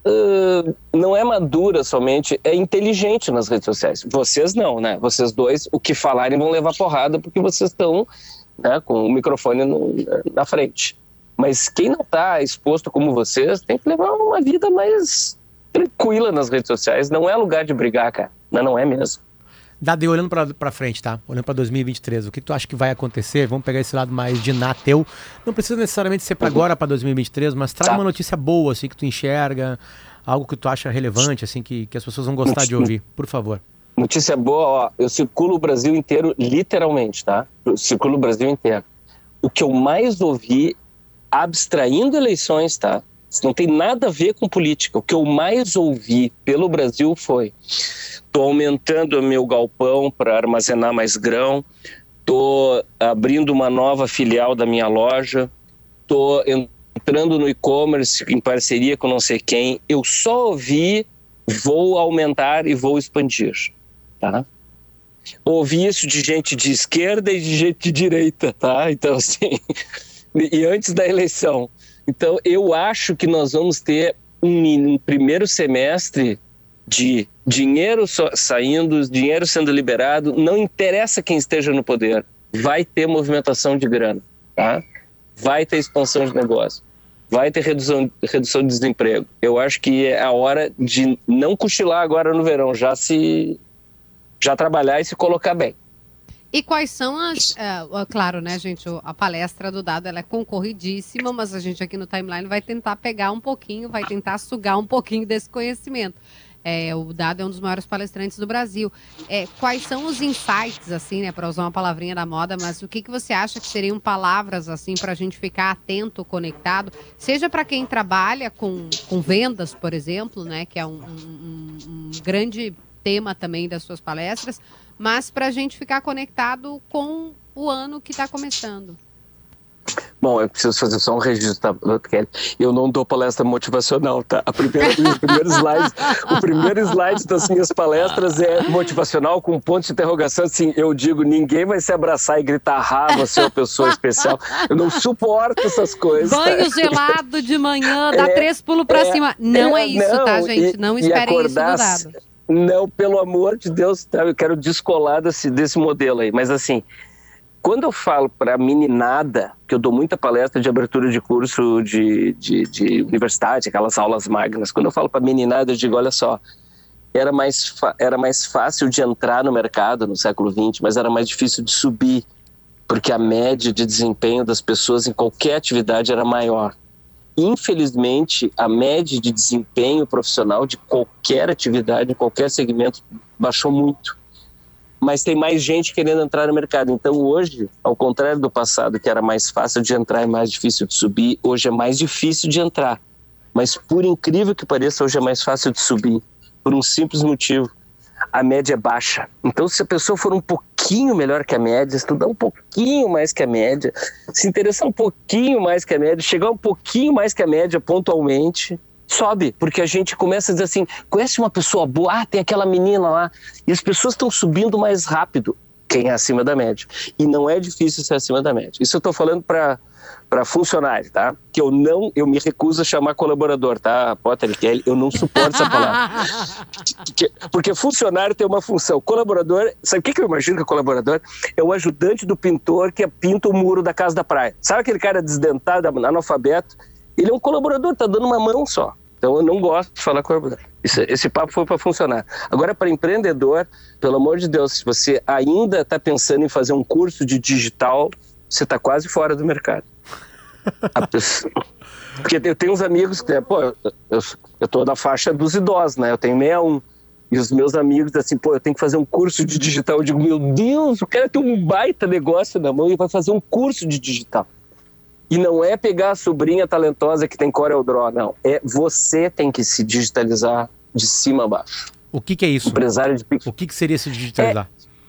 uh, não é madura somente, é inteligente nas redes sociais. Vocês não, né? Vocês dois, o que falarem vão levar porrada porque vocês estão, né, com o microfone no, na frente. Mas quem não está exposto como vocês tem que levar uma vida mais tranquila nas redes sociais. Não é lugar de brigar, cara. Não, não é mesmo. Dade, olhando para frente, tá? Olhando para dois mil e vinte e três, o que, que tu acha que vai acontecer? Vamos pegar esse lado mais de Ná teu. Não precisa necessariamente ser para agora, para dois mil e vinte e três, mas traga tá. uma notícia boa, assim, que tu enxerga, algo que tu acha relevante, assim, que, que as pessoas vão gostar de ouvir. Por favor. Notícia boa, ó. Eu circulo o Brasil inteiro, literalmente, tá? Eu circulo o Brasil inteiro. O que eu mais ouvi, abstraindo eleições, tá? Isso não tem nada a ver com política. O que eu mais ouvi pelo Brasil foi: estou aumentando o meu galpão para armazenar mais grão, estou abrindo uma nova filial da minha loja, estou entrando no e-commerce em parceria com não sei quem. Eu só ouvi: vou aumentar e vou expandir, tá? Ouvi isso de gente de esquerda e de gente de direita, tá? Então, assim, e antes da eleição. Então, eu acho que nós vamos ter um, um primeiro semestre de dinheiro so, saindo, dinheiro sendo liberado. Não interessa quem esteja no poder, vai ter movimentação de grana, tá? Vai ter expansão de negócio, vai ter redução, redução de desemprego. Eu acho que é a hora de não cochilar agora no verão, já se já trabalhar e se colocar bem. E quais são as... Uh, claro, né, gente, a palestra do Dado ela é concorridíssima, mas a gente aqui no Timeline vai tentar pegar um pouquinho, vai tentar sugar um pouquinho desse conhecimento. É, o Dado é um dos maiores palestrantes do Brasil. É, quais são os insights, assim, né, para usar uma palavrinha da moda, mas o que, que você acha que seriam palavras, assim, para a gente ficar atento, conectado, seja para quem trabalha com, com vendas, por exemplo, né, que é um, um, um grande tema também das suas palestras, mas para a gente ficar conectado com o ano que está começando. Bom, eu preciso fazer só um registro, tá, Kelly? Eu não dou palestra motivacional, tá? A primeira, o primeiro slide, o primeiro slide das minhas palestras é motivacional com ponto de interrogação. Assim, eu digo, ninguém vai se abraçar e gritar, ah, você é uma pessoa especial. Eu não suporto essas coisas. Banho gelado de manhã, dá é, três pulos pra é, cima. Não é, é isso, não, tá, gente? Não e, esperem e acordar, isso do dado. Não, pelo amor de Deus, tá? Eu quero descolar desse, desse modelo aí. Mas assim... Quando eu falo para a meninada, que eu dou muita palestra de abertura de curso de, de, de universidade, aquelas aulas magnas, quando eu falo para a meninada, eu digo, olha só, era mais, era mais fácil de entrar no mercado no século vinte, mas era mais difícil de subir, porque a média de desempenho das pessoas em qualquer atividade era maior. Infelizmente, a média de desempenho profissional de qualquer atividade, em qualquer segmento, baixou muito. Mas tem mais gente querendo entrar no mercado. Então hoje, ao contrário do passado, que era mais fácil de entrar e mais difícil de subir, hoje é mais difícil de entrar. Mas por incrível que pareça, hoje é mais fácil de subir, por um simples motivo. A média é baixa. Então se a pessoa for um pouquinho melhor que a média, estudar um pouquinho mais que a média, se interessar um pouquinho mais que a média, chegar um pouquinho mais que a média pontualmente... sobe, porque a gente começa a dizer assim, conhece uma pessoa boa, ah, tem aquela menina lá, e as pessoas estão subindo mais rápido, quem é acima da média, e não é difícil ser acima da média. Isso eu estou falando para para funcionário, tá? Que eu não, eu me recuso a chamar colaborador, tá? Potter e Kelly, eu não suporto essa palavra. Porque, porque funcionário tem uma função, colaborador, sabe o que, que eu imagino que é colaborador? É o ajudante do pintor que pinta o muro da casa da praia. Sabe aquele cara desdentado, analfabeto? Ele é um colaborador, tá dando uma mão só. Então eu não gosto de falar colaborador. Esse, esse papo foi para funcionar. Agora, para empreendedor, pelo amor de Deus, se você ainda está pensando em fazer um curso de digital, você está quase fora do mercado. Pessoa... Porque eu tenho uns amigos que, pô, eu, eu tô da faixa dos idosos, né? Eu tenho sessenta e um. E os meus amigos, assim, pô, eu tenho que fazer um curso de digital. Eu digo, meu Deus, o cara tem um baita negócio na mão e vai fazer um curso de digital. E não é pegar a sobrinha talentosa que tem Corel Draw, não. É você tem que se digitalizar de cima a baixo. O que, que é isso? Empresário de... O que, que seria se digitalizar?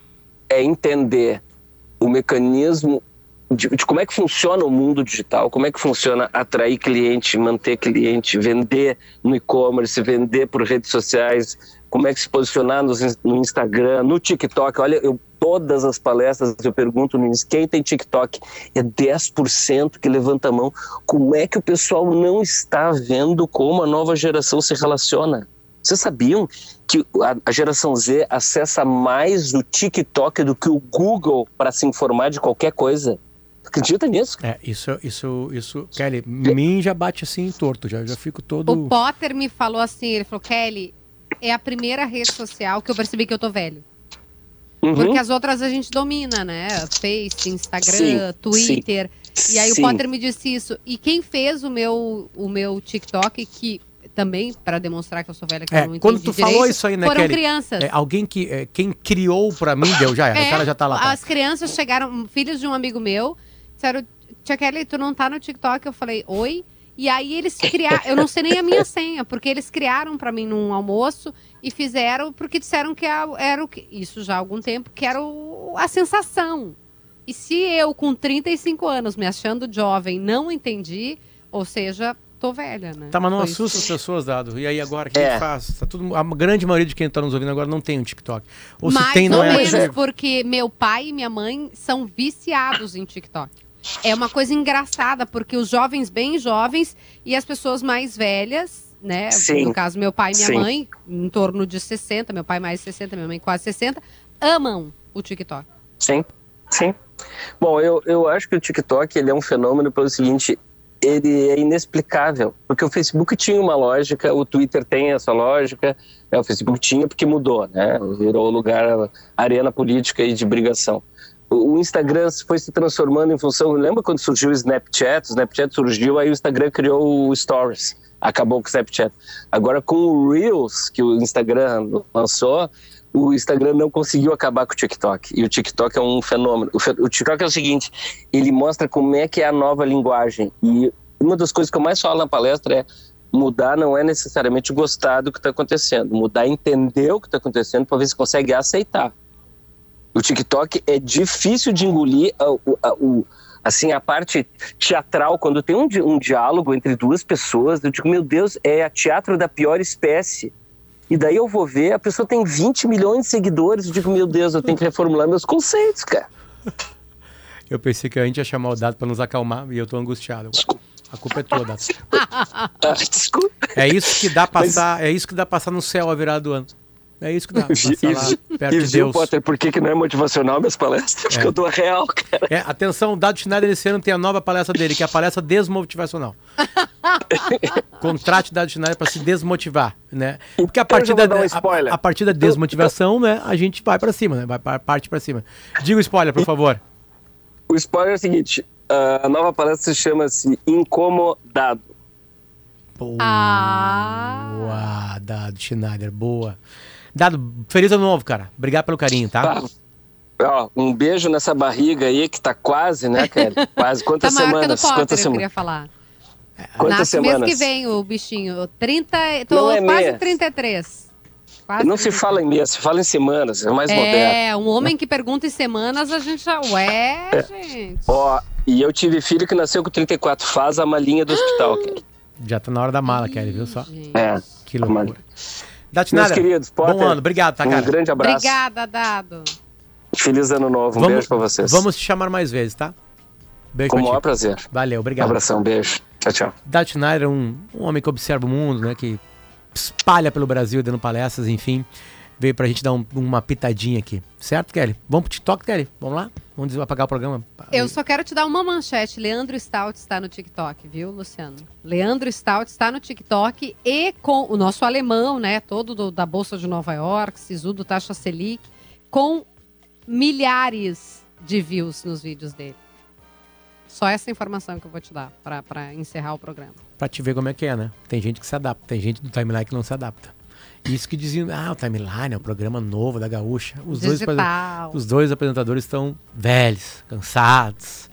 É, é entender o mecanismo de, de como é que funciona o mundo digital, como é que funciona atrair cliente, manter cliente, vender no e-commerce, vender por redes sociais, como é que se posicionar no, no Instagram, no TikTok. Olha, eu todas as palestras eu pergunto no quem tem TikTok, é dez por cento que levanta a mão. Como é que o pessoal não está vendo como a nova geração se relaciona? Vocês sabiam que a, a geração Z acessa mais o TikTok do que o Google para se informar de qualquer coisa? Acredita nisso? É, isso, isso, isso, Kelly, mim já bate assim torto, já, já fico todo... O Potter me falou assim, ele falou, Kelly, é a primeira rede social que eu percebi que eu tô velho. Uhum. Porque as outras a gente domina, né? Face, Instagram, sim, Twitter. Sim. E aí sim. O Potter me disse isso. E quem fez o meu, o meu TikTok, que também, para demonstrar que eu sou velha, que é, eu não quando tu direito, falou isso aí, né, foram Kelly? crianças. É, alguém que, é, quem criou pra mim, deu, já era, é, o cara já tá lá. Tá. As crianças chegaram, filhos de um amigo meu, disseram, tia Kelly, tu não tá no TikTok? Eu falei, oi? E aí eles criaram, eu não sei nem a minha senha, porque eles criaram pra mim num almoço e fizeram, porque disseram que era o que, isso já há algum tempo, que era o, a sensação. E se eu, com trinta e cinco anos, me achando jovem, não entendi, ou seja, tô velha, né? Tá, mas não Foi assusta isso. as pessoas, Dado. E aí agora, o que é. que faz? Tá tudo, a grande maioria de quem tá nos ouvindo agora não tem um TikTok. Ou Mais se tem, não ou é menos, ativo. porque meu pai e minha mãe são viciados em TikTok. É uma coisa engraçada, porque os jovens bem jovens e as pessoas mais velhas, né? Sim. No caso, meu pai e minha Sim. mãe, em torno de sessenta, meu pai mais sessenta, minha mãe quase sessenta, amam o TikTok. Sim, sim. Bom, eu, eu acho que o TikTok ele é um fenômeno pelo seguinte, ele é inexplicável, porque o Facebook tinha uma lógica, o Twitter tem essa lógica, é, o Facebook tinha porque mudou, né? Virou lugar, arena política e de brigação. O Instagram foi se transformando em função... Lembra quando surgiu o Snapchat? O Snapchat surgiu, aí o Instagram criou o Stories. Acabou com o Snapchat. Agora, com o Reels, que o Instagram lançou, o Instagram não conseguiu acabar com o TikTok. E o TikTok é um fenômeno. O, fe... o TikTok é o seguinte, ele mostra como é que é a nova linguagem. E uma das coisas que eu mais falo na palestra é mudar não é necessariamente gostar do que está acontecendo. Mudar é entender o que está acontecendo para ver se consegue aceitar. O TikTok é difícil de engolir a, a, assim, a parte teatral, quando tem um, di- um diálogo entre duas pessoas, eu digo, meu Deus, é teatro da pior espécie. E daí eu vou ver, a pessoa tem vinte milhões de seguidores, eu digo, meu Deus, eu tenho que reformular meus conceitos, cara. Eu pensei que a gente ia chamar o Dado pra nos acalmar e eu tô angustiado. A culpa é tua, Dado. Ah, desculpa. É isso que dá passar, é isso que dá passar no céu a virada do ano. É isso que dá passar lá perto E de viu, Deus. Potter, por que, que não é motivacional minhas palestras? Porque É. eu dou a real, cara. É, atenção, o Dado Schneider esse ano tem a nova palestra dele, que é a palestra desmotivacional. Contrate o Dado Schneider para se desmotivar, né? Porque a partir, eu já da, vou dar um spoiler. a, a partir da desmotivação, né, a gente vai para cima, né? Vai pra, parte para cima. Diga o spoiler, por favor. O spoiler é o seguinte, a nova palestra chama-se Incomodado. Boa, Ah. Dado Schneider, boa. Dado, feliz ano novo, cara. Obrigado pelo carinho, tá? Ah, ó, um beijo nessa barriga aí que tá quase, né, cara? Quase. Quantas Tá maior que semanas? do Potter, Quantas eu semanas? queria falar. Quantas Nasce semanas? mês que vem o bichinho. trinta, tô Não é quase mês. trinta e três. Quase Não se trinta e três. fala em mês, se fala em semanas, é mais moderno. É, um homem que pergunta em semanas, a gente já... Ué, gente. Ó, e eu tive filho que nasceu com trinta e quatro, faz a malinha do hospital, cara. Já tá na hora da mala, Kelly, viu só? Gente. É, Que loucura. Dado meus Schneider, queridos, Potter, bom ano, obrigado, tá, um cara? grande abraço. Obrigada, Dado. Feliz ano novo, um Vamos- beijo pra vocês. Vamos te chamar mais vezes, tá? Beijo Com o pra maior ti. prazer. Valeu, Um obrigado. abração, beijo. Tchau, tchau. Dado Schneider é um, um homem que observa o mundo, né? Que espalha pelo Brasil, dando palestras, enfim. Veio pra gente dar um- uma pitadinha aqui. Certo, Kelly? Vamos pro TikTok, Kelly? Vamos lá? Vamos apagar o programa? Eu só quero te dar uma manchete. Leandro Stout está no TikTok, viu, Luciano? Leandro Stout está no TikTok e com o nosso alemão, né? Todo do- da Bolsa de Nova York, Sisu do Taxa Selic, com milhares de views nos vídeos dele. Só essa informação que eu vou te dar pra, pra encerrar o programa. Pra te ver como é que é, né? Tem gente que se adapta, tem gente do timeline que não se adapta. Isso que diziam, ah, o timeline é o programa novo da Gaúcha. Os dois, Digital. os dois apresentadores estão velhos, cansados,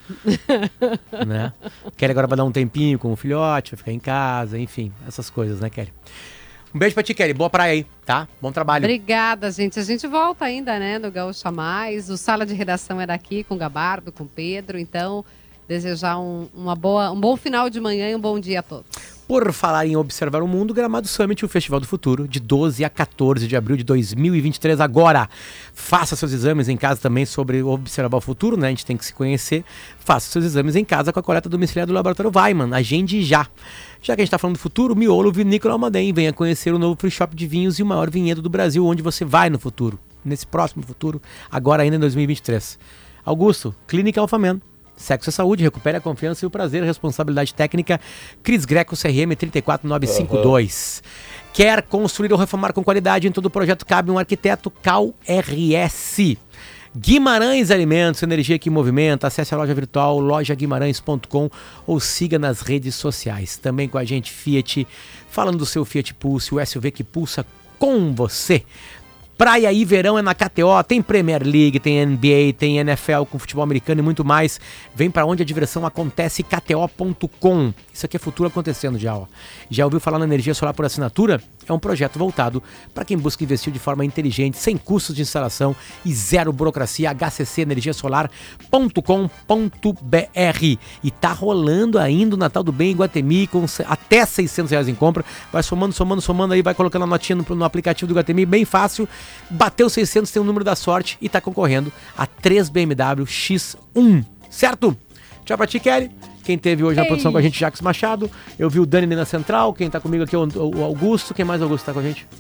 né? Kelly agora vai dar um tempinho com o filhote, vai ficar em casa, enfim, essas coisas, né, Kelly? Um beijo pra ti, Kelly. Boa praia aí, tá? Bom trabalho. Obrigada, gente. A gente volta ainda, né, no Gaúcha Mais. O Sala de Redação é daqui, com o Gabardo, com o Pedro. Então, desejar um, uma boa, um bom final de manhã e um bom dia a todos. Por falar em observar o mundo, Gramado Summit, o Festival do Futuro, de doze a quatorze de abril de dois mil e vinte e três. Agora, faça seus exames em casa também sobre observar o futuro, né? A gente tem que se conhecer. Faça seus exames em casa com a coleta domiciliar do Laboratório Weiman. Agende já. Já que a gente está falando do futuro, Miolo Vinícola Almaden. Venha conhecer o novo free shop de vinhos e o maior vinhedo do Brasil, onde você vai no futuro. Nesse próximo futuro, agora ainda em dois mil e vinte e três. Augusto, Clínica Alfamen. Sexo é saúde, recupere a confiança e o prazer. Responsabilidade técnica, Cris Greco, C R M três quatro nove cinco dois. Uhum. Quer construir ou reformar com qualidade? Em todo o projeto cabe um arquiteto. Cal R S. Guimarães Alimentos, energia que movimenta. Acesse a loja virtual loja guimarães ponto com ou siga nas redes sociais. Também com a gente Fiat, falando do seu Fiat Pulse, o S U V que pulsa com você. Praia e verão é na K T O, tem Premier League, tem N B A, tem N F L com futebol americano e muito mais. Vem pra onde a diversão acontece, K T O ponto com. Isso aqui é futuro acontecendo já, ó. Já ouviu falar na energia solar por assinatura? É um projeto voltado para quem busca investir de forma inteligente, sem custos de instalação e zero burocracia. H C C energia solar ponto com ponto b r. E tá rolando ainda o Natal do Bem em Iguatemi com até seiscentos reais em compra. Vai somando, somando, somando aí, vai colocando a notinha no, no aplicativo do Iguatemi, bem fácil. Bateu seiscentos, tem o número da sorte e tá concorrendo a três B M W X um, certo? Tchau pra ti, Kelly. Quem teve hoje na produção com a gente, Jacques Machado. Eu vi o Dani na central. Quem tá comigo aqui é o, o Augusto. Quem mais, Augusto, tá com a gente?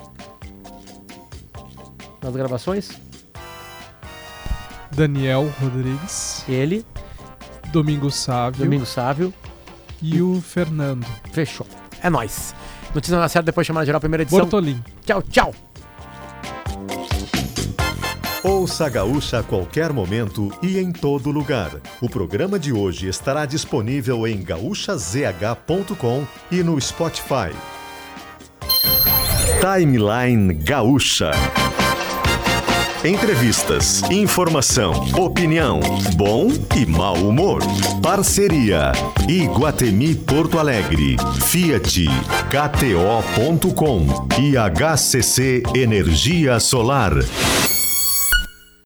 Nas gravações? Daniel Rodrigues. Ele. Domingo Sávio. Domingo Sávio. E o Fernando. Fechou. É nóis. Notícia na certa, depois chamar geral, primeira edição. Bortolim. Tchau, tchau. Ouça a Gaúcha a qualquer momento e em todo lugar. O programa de hoje estará disponível em gaúcha z h ponto com e no Spotify. Timeline Gaúcha. Entrevistas, informação, opinião, bom e mau humor. Parceria Iguatemi Porto Alegre, Fiat, K T O ponto com e H C C Energia Solar.